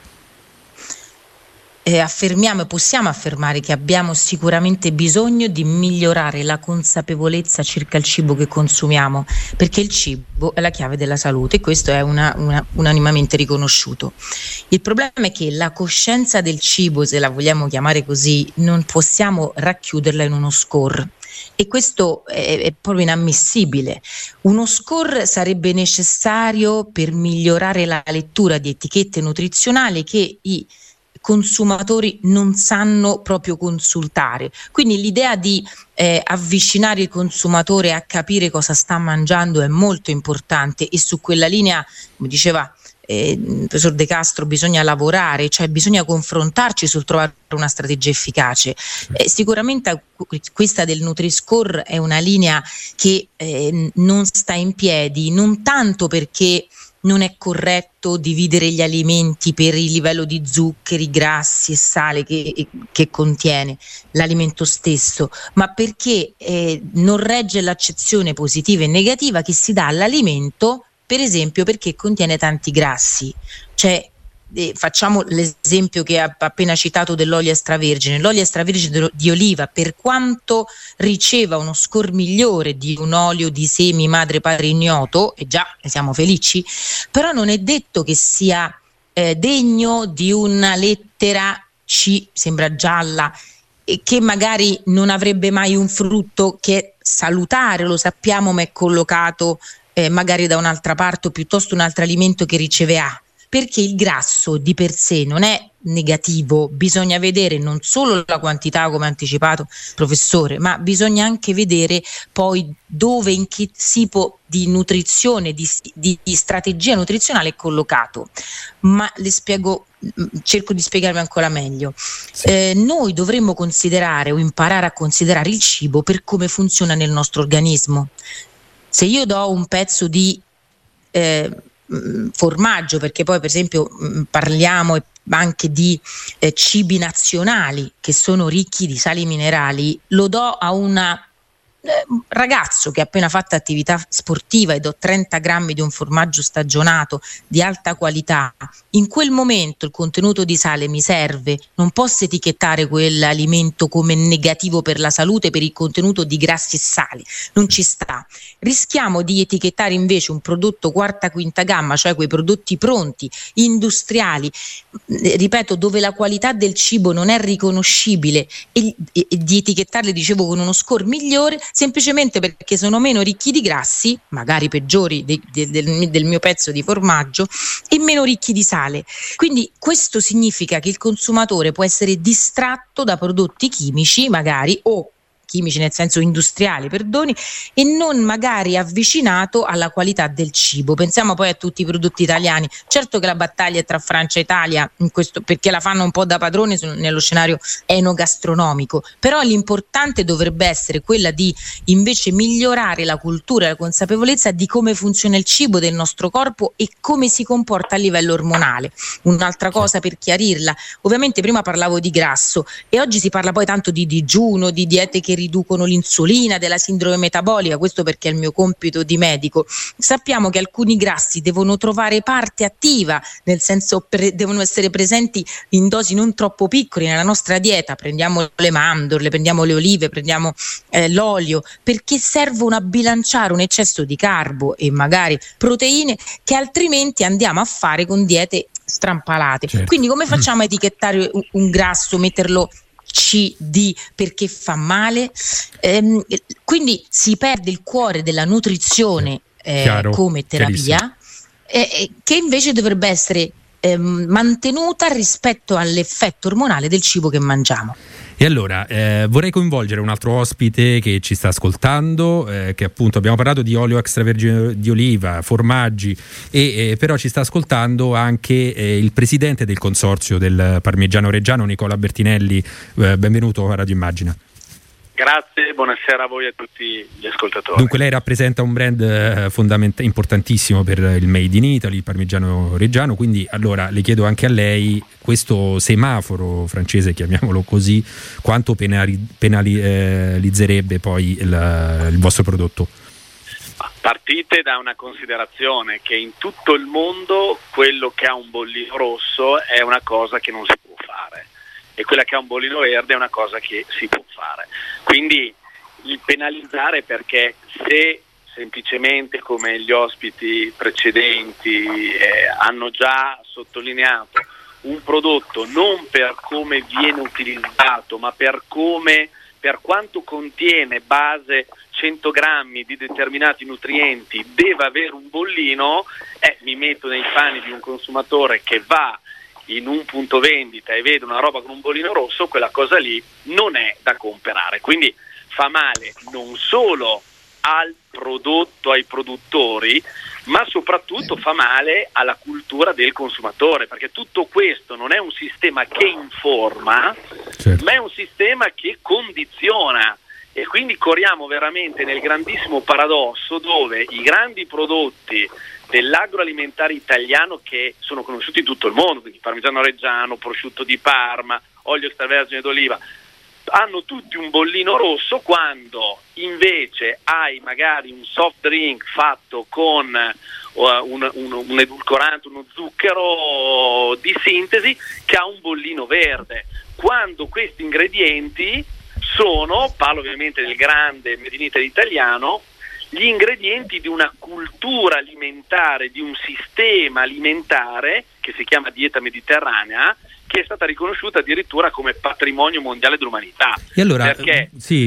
Possiamo affermare che abbiamo sicuramente bisogno di migliorare la consapevolezza circa il cibo che consumiamo, perché il cibo è la chiave della salute, e questo è unanimamente riconosciuto. Il problema è che la coscienza del cibo, se la vogliamo chiamare così, non possiamo racchiuderla in uno score. E questo è proprio inammissibile. Uno score sarebbe necessario per migliorare la lettura di etichette nutrizionali che i consumatori non sanno proprio consultare. Quindi l'idea di avvicinare il consumatore a capire cosa sta mangiando è molto importante, e su quella linea, come diceva il professor De Castro, bisogna lavorare, cioè bisogna confrontarci sul trovare una strategia efficace. Sicuramente questa del Nutri-Score è una linea che non sta in piedi, non tanto perché non è corretto dividere gli alimenti per il livello di zuccheri, grassi e sale che contiene l'alimento stesso, ma perché non regge l'accezione positiva e negativa che si dà all'alimento, per esempio perché contiene tanti grassi. Cioè, facciamo l'esempio che ha appena citato dell'olio extravergine. L'olio extravergine di oliva, per quanto riceva uno score migliore di un olio di semi madre padre ignoto, e già ne siamo felici, però non è detto che sia degno di una lettera C, sembra gialla, e che magari non avrebbe mai un frutto che è salutare, lo sappiamo, ma è collocato magari da un'altra parte, o piuttosto un altro alimento che riceve A. Perché il grasso di per sé non è negativo, bisogna vedere non solo la quantità, come ha anticipato il professore, ma bisogna anche vedere poi dove, in che tipo di nutrizione, di strategia nutrizionale è collocato. Ma le spiego, cerco di spiegarmi ancora meglio. Noi dovremmo considerare o imparare a considerare il cibo per come funziona nel nostro organismo. Se io do un pezzo di formaggio, perché poi per esempio parliamo anche di cibi nazionali che sono ricchi di sali minerali, lo do a un ragazzo che ha appena fatto attività sportiva e do 30 grammi di un formaggio stagionato di alta qualità, in quel momento il contenuto di sale mi serve, non posso etichettare quell'alimento come negativo per la salute per il contenuto di grassi e sali, non ci sta. Rischiamo di etichettare invece un prodotto quarta quinta gamma, cioè quei prodotti pronti, industriali, ripeto, dove la qualità del cibo non è riconoscibile, e di etichettarli, dicevo, con uno score migliore, semplicemente perché sono meno ricchi di grassi, magari peggiori del mio pezzo di formaggio, e meno ricchi di sale. Quindi questo significa che il consumatore può essere distratto da prodotti chimici, magari, o chimici nel senso industriali, perdoni, e non magari avvicinato alla qualità del cibo. Pensiamo poi a tutti i prodotti italiani. Certo che la battaglia è tra Francia e Italia in questo, perché la fanno un po' da padrone nello scenario enogastronomico, però l'importante dovrebbe essere quella di invece migliorare la cultura e la consapevolezza di come funziona il cibo del nostro corpo e come si comporta a livello ormonale. Un'altra cosa per chiarirla: ovviamente prima parlavo di grasso e oggi si parla poi tanto di digiuno, di diete che riducono l'insulina, della sindrome metabolica, questo perché è il mio compito di medico. Sappiamo che alcuni grassi devono trovare parte attiva, nel senso devono essere presenti in dosi non troppo piccole nella nostra dieta. Prendiamo le mandorle, prendiamo le olive, prendiamo l'olio, perché servono a bilanciare un eccesso di carbo e magari proteine che altrimenti andiamo a fare con diete strampalate. Certo. Quindi come facciamo a etichettare un grasso, metterlo CD perché fa male? Quindi si perde il cuore della nutrizione come terapia, che invece dovrebbe essere mantenuta rispetto all'effetto ormonale del cibo che mangiamo. E allora vorrei coinvolgere un altro ospite che ci sta ascoltando, che appunto abbiamo parlato di olio extravergine di oliva, formaggi, e però ci sta ascoltando anche il presidente del consorzio del Parmigiano Reggiano, Nicola Bertinelli. Benvenuto a Radio Immagina. Grazie, buonasera a voi e a tutti gli ascoltatori. Dunque lei rappresenta un brand importantissimo per il Made in Italy, il Parmigiano Reggiano, quindi allora le chiedo anche a lei, questo semaforo francese, chiamiamolo così, quanto penalizzerebbe poi il vostro prodotto? Partite da una considerazione che in tutto il mondo quello che ha un bollino rosso è una cosa che non si può fare, e quella che ha un bollino verde è una cosa che si può fare. Quindi il penalizzare, perché se semplicemente, come gli ospiti precedenti hanno già sottolineato, un prodotto non per come viene utilizzato ma per quanto contiene base 100 grammi di determinati nutrienti deve avere un bollino, mi metto nei panni di un consumatore che va in un punto vendita e vede una roba con un bollino rosso, quella cosa lì non è da comprare. Quindi fa male non solo al prodotto, ai produttori, ma soprattutto fa male alla cultura del consumatore, perché tutto questo non è un sistema che informa, certo, ma è un sistema che condiziona. E quindi corriamo veramente nel grandissimo paradosso dove i grandi prodotti dell'agroalimentare italiano, che sono conosciuti in tutto il mondo, quindi Parmigiano Reggiano, prosciutto di Parma, olio extravergine d'oliva, hanno tutti un bollino rosso, quando invece hai magari un soft drink fatto con un edulcorante, uno zucchero di sintesi che ha un bollino verde, quando questi ingredienti parlo ovviamente del grande Made in Italy italiano, gli ingredienti di una cultura alimentare, di un sistema alimentare che si chiama dieta mediterranea, che è stata riconosciuta addirittura come patrimonio mondiale dell'umanità. E allora, perché se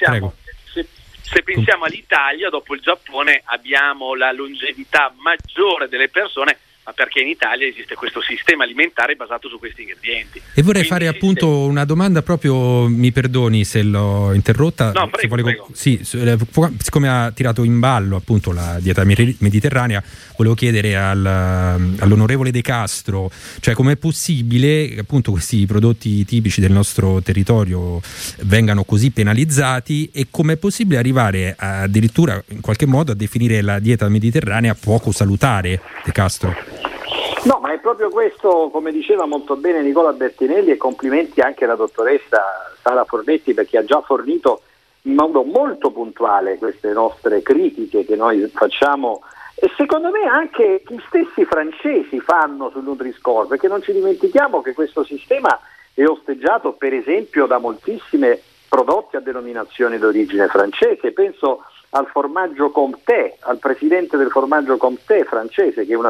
pensiamo all'Italia, dopo il Giappone abbiamo la longevità maggiore delle persone, ma perché in Italia esiste questo sistema alimentare basato su questi ingredienti. E vorrei fare appunto una domanda proprio, mi perdoni se l'ho interrotta. No, prego. Sì, siccome ha tirato in ballo appunto la dieta mediterranea, volevo chiedere all'onorevole De Castro, cioè com'è possibile che appunto questi prodotti tipici del nostro territorio vengano così penalizzati, e com'è possibile arrivare addirittura in qualche modo a definire la dieta mediterranea poco salutare, De Castro? No, ma è proprio questo, come diceva molto bene Nicola Bertinelli, e complimenti anche alla dottoressa Sara Fornetti, perché ha già fornito in modo molto puntuale queste nostre critiche che noi facciamo, e secondo me anche gli stessi francesi fanno sul Nutri-Score, perché non ci dimentichiamo che questo sistema è osteggiato per esempio da moltissime prodotti a denominazione d'origine francese. Penso al formaggio Comté, al presidente del formaggio Comté francese, che è un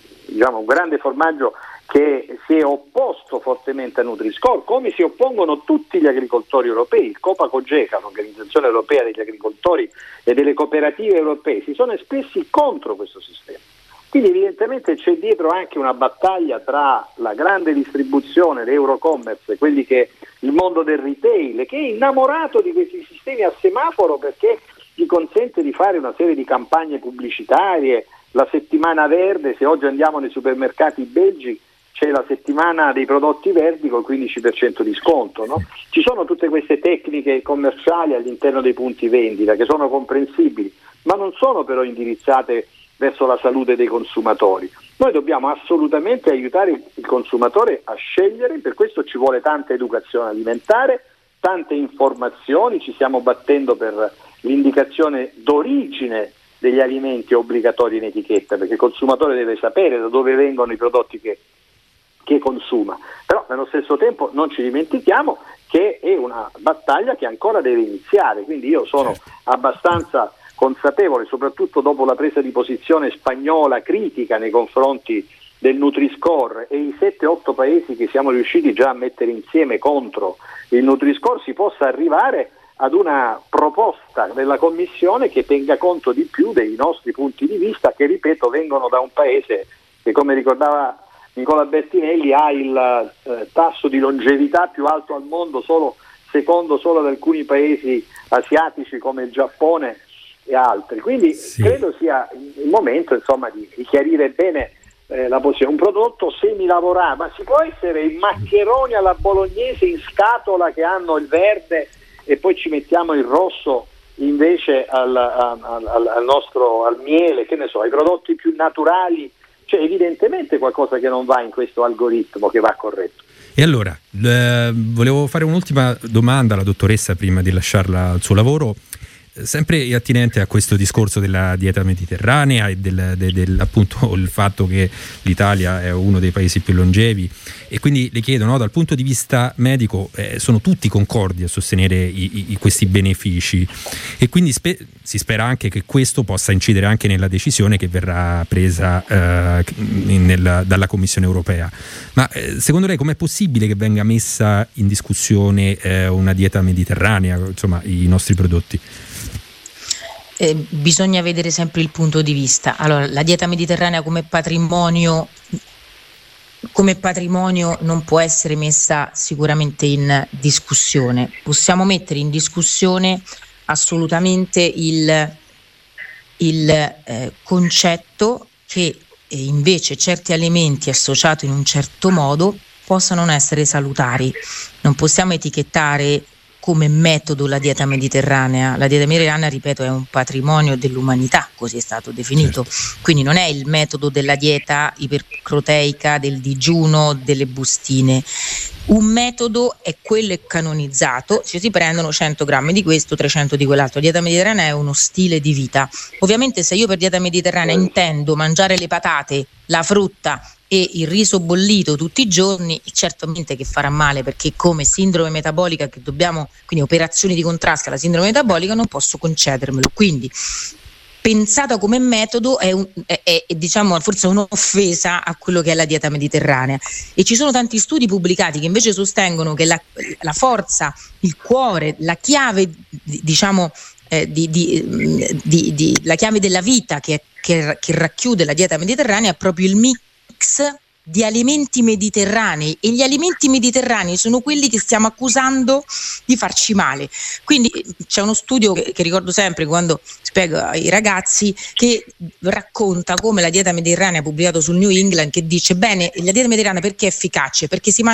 grande formaggio che si è opposto fortemente a Nutri-Score, come si oppongono tutti gli agricoltori europei. Il Copa-Cogeca, l'Organizzazione Europea degli Agricoltori e delle Cooperative Europee, si sono espressi contro questo sistema. Quindi evidentemente c'è dietro anche una battaglia tra la grande distribuzione, l'Eurocommerce, quelli che il mondo del retail, che è innamorato di questi sistemi a semaforo perché gli consente di fare una serie di campagne pubblicitarie. La settimana verde, se oggi andiamo nei supermercati belgi, c'è la settimana dei prodotti verdi col 15% di sconto, no? Ci sono tutte queste tecniche commerciali all'interno dei punti vendita che sono comprensibili, ma non sono però indirizzate verso la salute dei consumatori. Noi dobbiamo assolutamente aiutare il consumatore a scegliere, per questo ci vuole tanta educazione alimentare, tante informazioni, ci stiamo battendo per l'indicazione d'origine degli alimenti obbligatori in etichetta, perché il consumatore deve sapere da dove vengono i prodotti che consuma. Però nello stesso tempo non ci dimentichiamo che è una battaglia che ancora deve iniziare, quindi io sono abbastanza consapevole, soprattutto dopo la presa di posizione spagnola critica nei confronti del Nutri-Score e i 7-8 paesi che siamo riusciti già a mettere insieme contro il Nutri-Score, si possa arrivare ad una proposta della Commissione che tenga conto di più dei nostri punti di vista, che ripeto vengono da un paese che, come ricordava Nicola Bertinelli, ha il tasso di longevità più alto al mondo, secondo solo ad alcuni paesi asiatici come il Giappone e altri. Quindi credo sia il momento di chiarire bene la posizione. Un prodotto semilavorato, ma si può essere i maccheroni alla bolognese in scatola che hanno il verde e poi ci mettiamo il rosso invece al miele, che ne so, ai prodotti più naturali. C'è evidentemente qualcosa che non va in questo algoritmo che va corretto. E allora, volevo fare un'ultima domanda alla dottoressa prima di lasciarla al suo lavoro, sempre attinente a questo discorso della dieta mediterranea e appunto il fatto che l'Italia è uno dei paesi più longevi, e quindi le chiedo, no, dal punto di vista medico sono tutti concordi a sostenere questi benefici, e quindi si spera anche che questo possa incidere anche nella decisione che verrà presa dalla Commissione europea. Ma secondo lei com'è possibile che venga messa in discussione una dieta mediterranea, insomma i nostri prodotti? Bisogna vedere sempre il punto di vista. Allora, la dieta mediterranea come patrimonio non può essere messa sicuramente in discussione. Possiamo mettere in discussione assolutamente il concetto che invece certi alimenti associati in un certo modo possano non essere salutari. Non possiamo etichettare come metodo la dieta mediterranea. La dieta mediterranea, ripeto, è un patrimonio dell'umanità, così è stato definito. Certo. Quindi non è il metodo della dieta iperproteica, del digiuno, delle bustine. Un metodo è quello canonizzato, cioè si prendono 100 grammi di questo, 300 di quell'altro. La dieta mediterranea è uno stile di vita. Ovviamente se io per dieta mediterranea intendo mangiare le patate, la frutta e il riso bollito tutti i giorni, certamente che farà male, perché come sindrome metabolica che dobbiamo, quindi operazioni di contrasto alla sindrome metabolica, non posso concedermelo. Quindi pensata come metodo è diciamo forse un'offesa a quello che è la dieta mediterranea, e ci sono tanti studi pubblicati che invece sostengono che la forza, il cuore, la chiave diciamo la chiave della vita che racchiude la dieta mediterranea è proprio il mix di alimenti mediterranei, e gli alimenti mediterranei sono quelli che stiamo accusando di farci male. Quindi c'è uno studio che ricordo sempre quando spiego ai ragazzi, che racconta come la dieta mediterranea, pubblicato sul New England, che dice bene, la dieta mediterranea perché è efficace? Perché si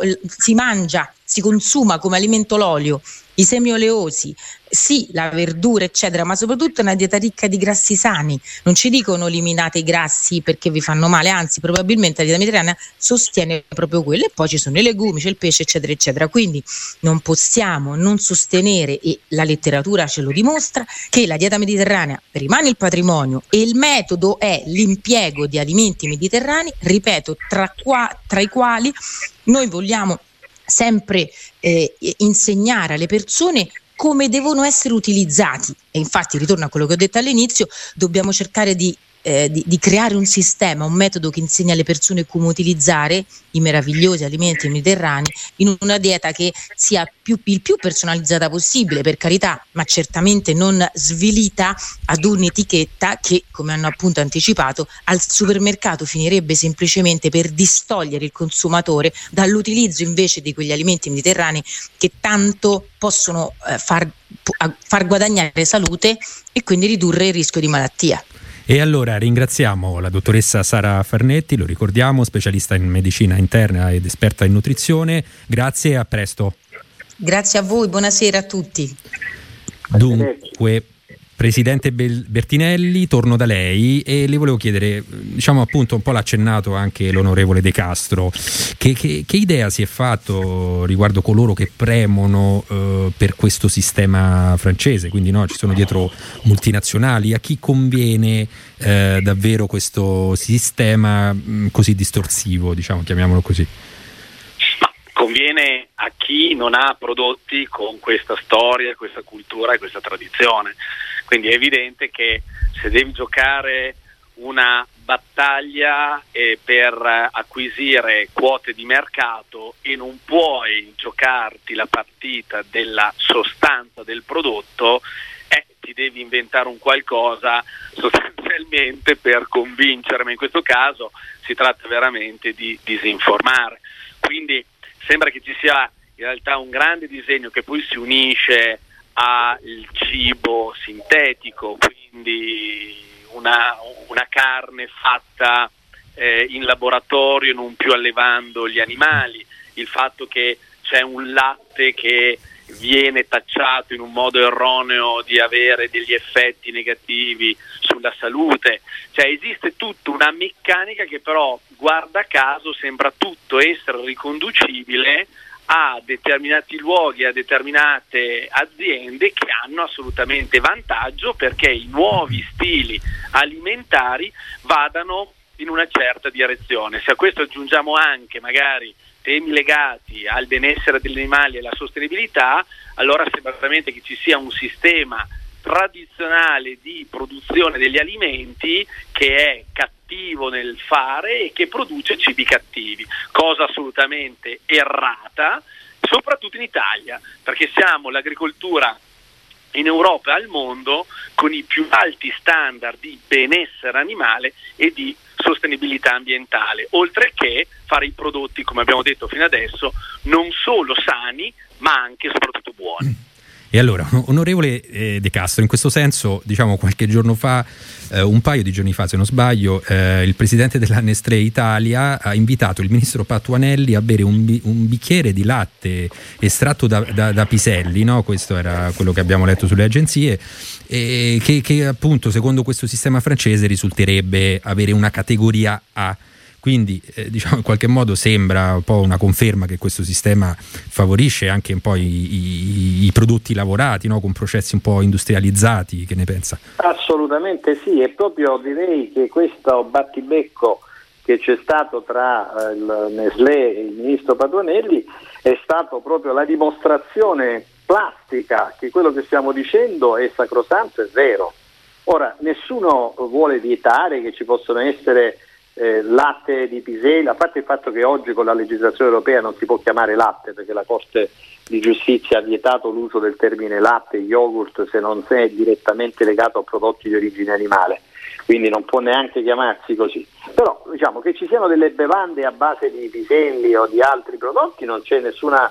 consuma come alimento l'olio, i semi oleosi, sì, la verdura eccetera, ma soprattutto è una dieta ricca di grassi sani. Non ci dicono eliminate i grassi perché vi fanno male, anzi probabilmente la dieta mediterranea sostiene proprio quello, e poi ci sono i legumi, c'è il pesce eccetera eccetera. Quindi non possiamo non sostenere, e la letteratura ce lo dimostra, che la dieta mediterranea rimane il patrimonio e il metodo è l'impiego di alimenti mediterranei, ripeto, tra i quali noi vogliamo sempre insegnare alle persone come devono essere utilizzati. E infatti, ritorno a quello che ho detto all'inizio, dobbiamo cercare di creare un sistema, un metodo che insegna alle persone come utilizzare i meravigliosi alimenti mediterranei in una dieta che sia il più personalizzata possibile, per carità, ma certamente non svilita ad un'etichetta che, come hanno appunto anticipato, al supermercato finirebbe semplicemente per distogliere il consumatore dall'utilizzo invece di quegli alimenti mediterranei che tanto possono far guadagnare salute e quindi ridurre il rischio di malattia. E allora ringraziamo la dottoressa Sara Farnetti, lo ricordiamo, specialista in medicina interna ed esperta in nutrizione. Grazie e a presto. Grazie a voi, buonasera a tutti. Dunque, Presidente Bertinelli, torno da lei e le volevo chiedere, diciamo appunto un po' l'ha accennato anche l'onorevole De Castro, che idea si è fatto riguardo coloro che premono per questo sistema francese, quindi no, ci sono dietro multinazionali, a chi conviene davvero questo sistema così distorsivo, diciamo, chiamiamolo così? Ma conviene a chi non ha prodotti con questa storia, questa cultura e questa tradizione. Quindi è evidente che se devi giocare una battaglia per acquisire quote di mercato e non puoi giocarti la partita della sostanza del prodotto, ti devi inventare un qualcosa sostanzialmente per convincermi. In questo caso si tratta veramente di disinformare. Quindi sembra che ci sia in realtà un grande disegno che poi si unisce al cibo sintetico, quindi una carne fatta in laboratorio, non più allevando gli animali, il fatto che c'è un latte che viene tacciato in un modo erroneo di avere degli effetti negativi sulla salute, cioè esiste tutta una meccanica che però, guarda caso, sembra tutto essere riconducibile a determinati luoghi, a determinate aziende che hanno assolutamente vantaggio perché i nuovi stili alimentari vadano in una certa direzione. Se a questo aggiungiamo anche magari temi legati al benessere degli animali e alla sostenibilità, allora sembra veramente che ci sia un sistema tradizionale di produzione degli alimenti che è cattivo nel fare e che produce cibi cattivi, cosa assolutamente errata, soprattutto in Italia, perché siamo l'agricoltura in Europa e al mondo con i più alti standard di benessere animale e di sostenibilità ambientale, oltre che fare i prodotti, come abbiamo detto fino adesso, non solo sani, ma anche e soprattutto buoni. E allora, onorevole De Castro, in questo senso, diciamo qualche giorno fa, un paio di giorni fa se non sbaglio, il presidente della Nestlé Italia ha invitato il ministro Patuanelli a bere un bicchiere di latte estratto da piselli, no? Questo era quello che abbiamo letto sulle agenzie, che appunto secondo questo sistema francese risulterebbe avere una categoria A. Quindi diciamo in qualche modo sembra un po' una conferma che questo sistema favorisce anche un po' i prodotti lavorati, no? Con processi un po' industrializzati. Che ne pensa? Assolutamente sì, e proprio direi che questo battibecco che c'è stato tra il Nestlé e il ministro Patuanelli è stato proprio la dimostrazione plastica che quello che stiamo dicendo è sacrosanto e vero. Ora, nessuno vuole vietare che ci possono essere latte di piselli, a parte il fatto che oggi con la legislazione europea non si può chiamare latte perché la Corte di Giustizia ha vietato l'uso del termine latte, yogurt, se non è direttamente legato a prodotti di origine animale, quindi non può neanche chiamarsi così. Però diciamo che ci siano delle bevande a base di piselli o di altri prodotti non c'è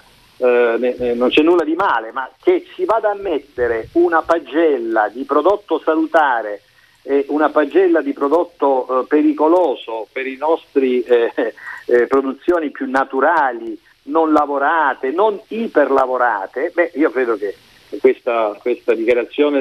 non c'è nulla di male, ma che si vada a mettere una pagella di prodotto salutare e una pagella di prodotto pericoloso per i nostri produzioni più naturali, non lavorate, non iperlavorate, io credo che questa dichiarazione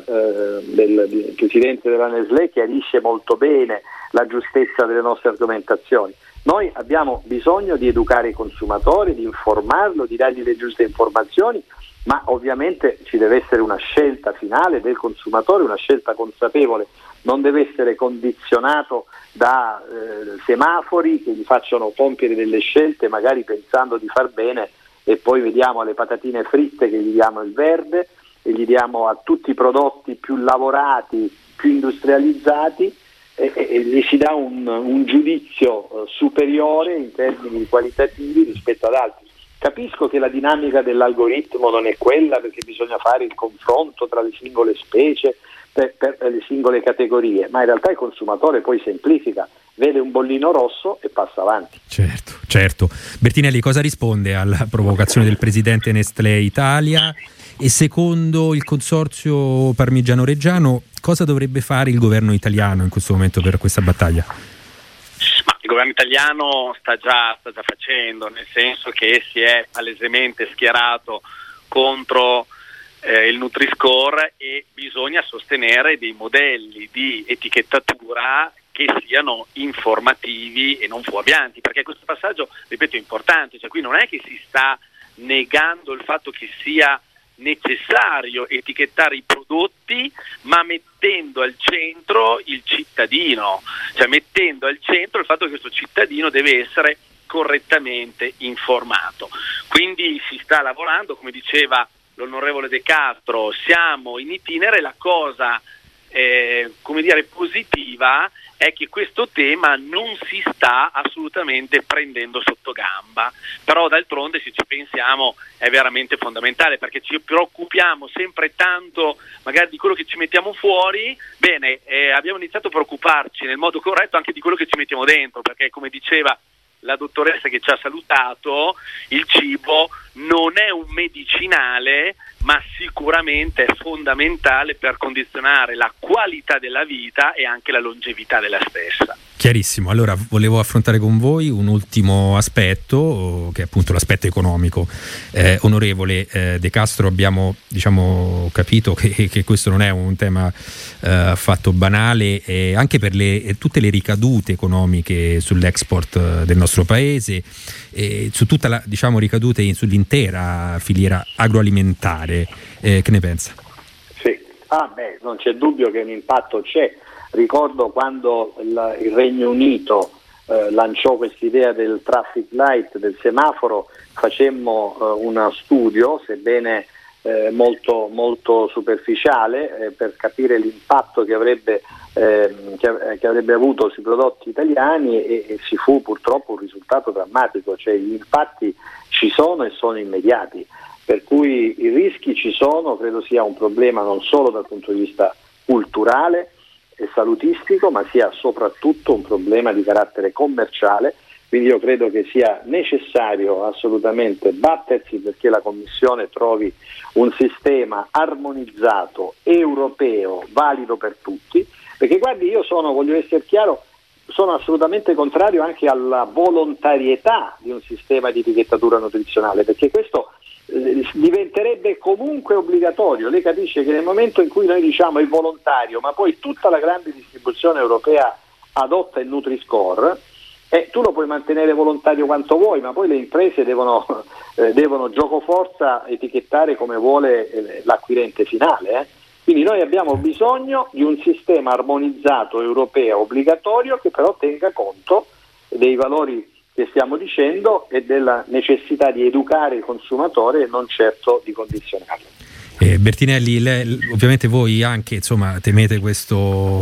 del presidente della Nestlé chiarisce molto bene la giustezza delle nostre argomentazioni. Noi abbiamo bisogno di educare i consumatori, di informarlo, di dargli le giuste informazioni, ma ovviamente ci deve essere una scelta finale del consumatore, una scelta consapevole, non deve essere condizionato da semafori che gli facciano compiere delle scelte magari pensando di far bene e poi vediamo alle patatine fritte che gli diamo il verde e gli diamo a tutti i prodotti più lavorati, più industrializzati e gli si dà un giudizio superiore in termini qualitativi rispetto ad altri. Capisco che la dinamica dell'algoritmo non è quella perché bisogna fare il confronto tra le singole specie, per le singole categorie, ma in realtà il consumatore poi semplifica, vede un bollino rosso e passa avanti. Certo. Bertinelli, cosa risponde alla provocazione del presidente Nestlé Italia? E secondo il consorzio Parmigiano-Reggiano, cosa dovrebbe fare il governo italiano in questo momento per questa battaglia? Ma il governo italiano sta già facendo, nel senso che si è palesemente schierato contro il Nutri-Score e bisogna sostenere dei modelli di etichettatura che siano informativi e non fuorvianti, perché questo passaggio, ripeto, è importante, cioè qui non è che si sta negando il fatto che sia necessario etichettare i prodotti, ma mettendo al centro il cittadino, cioè mettendo al centro il fatto che questo cittadino deve essere correttamente informato. Quindi si sta lavorando, come diceva l'onorevole De Castro, siamo in itinere. La cosa positiva è che questo tema non si sta assolutamente prendendo sotto gamba, però d'altronde se ci pensiamo è veramente fondamentale, perché ci preoccupiamo sempre tanto magari di quello che ci mettiamo fuori. Bene, abbiamo iniziato a preoccuparci nel modo corretto anche di quello che ci mettiamo dentro, perché come diceva la dottoressa che ci ha salutato, il cibo non è un medicinale, ma sicuramente è fondamentale per condizionare la qualità della vita e anche la longevità della stessa. Chiarissimo. Allora volevo affrontare con voi un ultimo aspetto, che è appunto l'aspetto economico. Onorevole De Castro, abbiamo capito che questo non è un tema affatto banale, anche per tutte le ricadute economiche sull'export del nostro paese, su tutta la ricadute sull'intera filiera agroalimentare. Che ne pensa? Sì, non c'è dubbio che un impatto c'è. Ricordo quando il Regno Unito lanciò quest'idea del traffic light, del semaforo, facemmo uno studio, sebbene molto, molto superficiale, per capire l'impatto che avrebbe avuto sui prodotti italiani e ci fu purtroppo un risultato drammatico, cioè gli impatti ci sono e sono immediati, per cui i rischi ci sono. Credo sia un problema non solo dal punto di vista culturale e salutistico, ma sia soprattutto un problema di carattere commerciale Quindi io credo che sia necessario assolutamente battersi perché la Commissione trovi un sistema armonizzato, europeo, valido per tutti, perché guardi, voglio essere chiaro, sono assolutamente contrario anche alla volontarietà di un sistema di etichettatura nutrizionale, perché questo diventerebbe comunque obbligatorio. Lei capisce che nel momento in cui noi diciamo è volontario, ma poi tutta la grande distribuzione europea adotta il Nutri-Score, tu lo puoi mantenere volontario quanto vuoi, ma poi le imprese devono giocoforza etichettare come vuole l'acquirente finale. Quindi noi abbiamo bisogno di un sistema armonizzato europeo obbligatorio che però tenga conto dei valori che stiamo dicendo e della necessità di educare il consumatore e non certo di condizionarlo. Bertinelli, ovviamente voi anche temete questo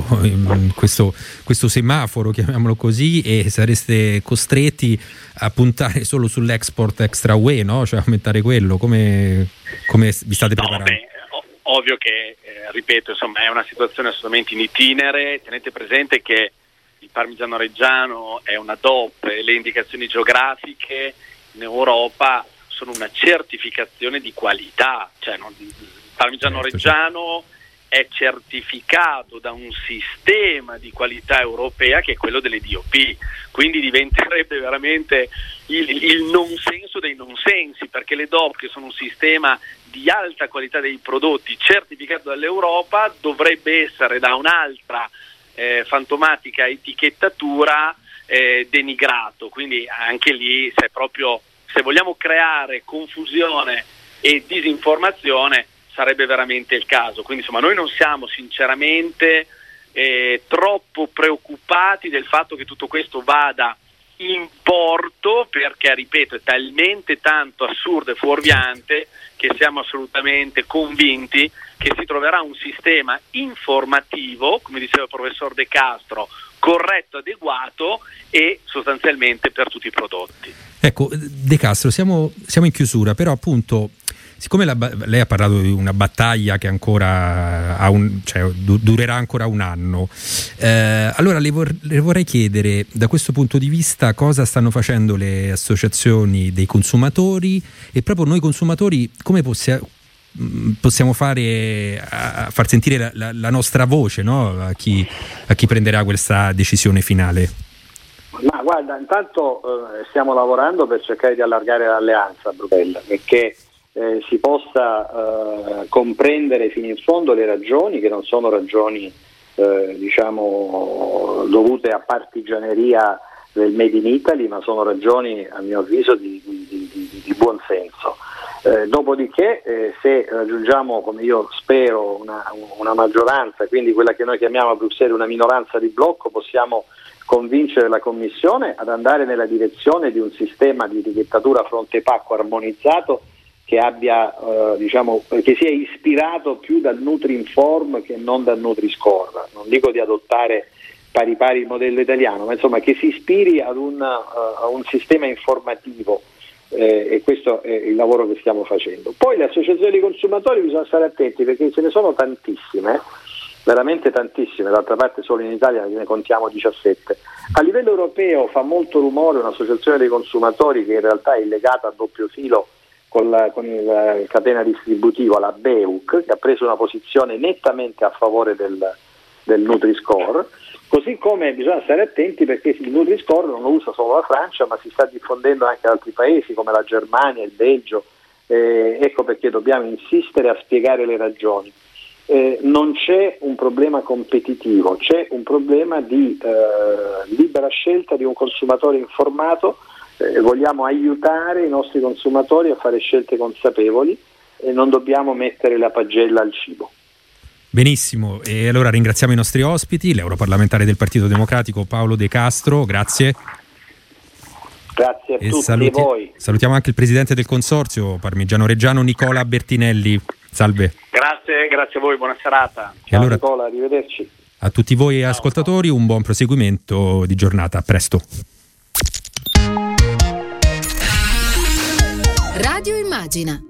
semaforo, chiamiamolo così, e sareste costretti a puntare solo sull'export extra UE, no? Cioè aumentare quello, come vi state preparando? Ovvio che, ripeto, è una situazione assolutamente in itinere. Tenete presente che il Parmigiano Reggiano è una DOP e le indicazioni geografiche in Europa sono una certificazione di qualità, il Parmigiano Reggiano è certificato da un sistema di qualità europea che è quello delle DOP, quindi diventerebbe veramente il non senso dei non sensi, perché le DOP, che sono un sistema di alta qualità dei prodotti certificato dall'Europa, dovrebbe essere da un'altra fantomatica etichettatura denigrato. Quindi anche lì, se vogliamo creare confusione e disinformazione, sarebbe veramente il caso. Quindi noi non siamo sinceramente troppo preoccupati del fatto che tutto questo vada in porto, perché, ripeto, è talmente tanto assurdo e fuorviante che siamo assolutamente convinti che si troverà un sistema informativo, come diceva il professor De Castro, corretto, adeguato e sostanzialmente per tutti i prodotti. Ecco, De Castro, siamo in chiusura, però appunto, siccome lei ha parlato di una battaglia che ancora durerà ancora un anno, allora le vorrei chiedere, da questo punto di vista, cosa stanno facendo le associazioni dei consumatori e proprio noi consumatori come possiamo fare a far sentire la nostra voce, no? a chi prenderà questa decisione finale? Ma guarda, intanto stiamo lavorando per cercare di allargare l'alleanza, Brunella, perché si possa comprendere fino in fondo le ragioni, che non sono ragioni dovute a partigianeria del Made in Italy, ma sono ragioni, a mio avviso, di buon senso. Dopodiché se raggiungiamo, come io spero, una maggioranza, quindi quella che noi chiamiamo a Bruxelles una minoranza di blocco, possiamo convincere la Commissione ad andare nella direzione di un sistema di etichettatura fronte pacco armonizzato che abbia che sia ispirato più dal Nutri-Inform che non dal Nutri-Score. Non dico di adottare pari il modello italiano, ma che si ispiri ad un sistema informativo, e questo è il lavoro che stiamo facendo. Poi le associazioni dei consumatori bisogna stare attenti, perché ce ne sono tantissime, veramente tantissime, d'altra parte solo in Italia ne contiamo 17. A livello europeo fa molto rumore un'associazione dei consumatori che in realtà è legata a doppio filo con il catena distributivo, la BEUC, che ha preso una posizione nettamente a favore del Nutri-Score, così come bisogna stare attenti perché il Nutri-Score non lo usa solo la Francia, ma si sta diffondendo anche in altri paesi come la Germania, il Belgio, ecco perché dobbiamo insistere a spiegare le ragioni. Non c'è un problema competitivo, c'è un problema di libera scelta di un consumatore informato. Vogliamo aiutare i nostri consumatori a fare scelte consapevoli e non dobbiamo mettere la pagella al cibo. Benissimo, e allora ringraziamo i nostri ospiti, l'europarlamentare del Partito Democratico Paolo De Castro, grazie. Grazie a tutti voi. Salutiamo anche il presidente del consorzio Parmigiano Reggiano Nicola Bertinelli. Salve. Grazie a voi, buona serata. Ciao allora, Nicola, arrivederci. A tutti voi ascoltatori un buon proseguimento di giornata, a presto. Radio Immagina.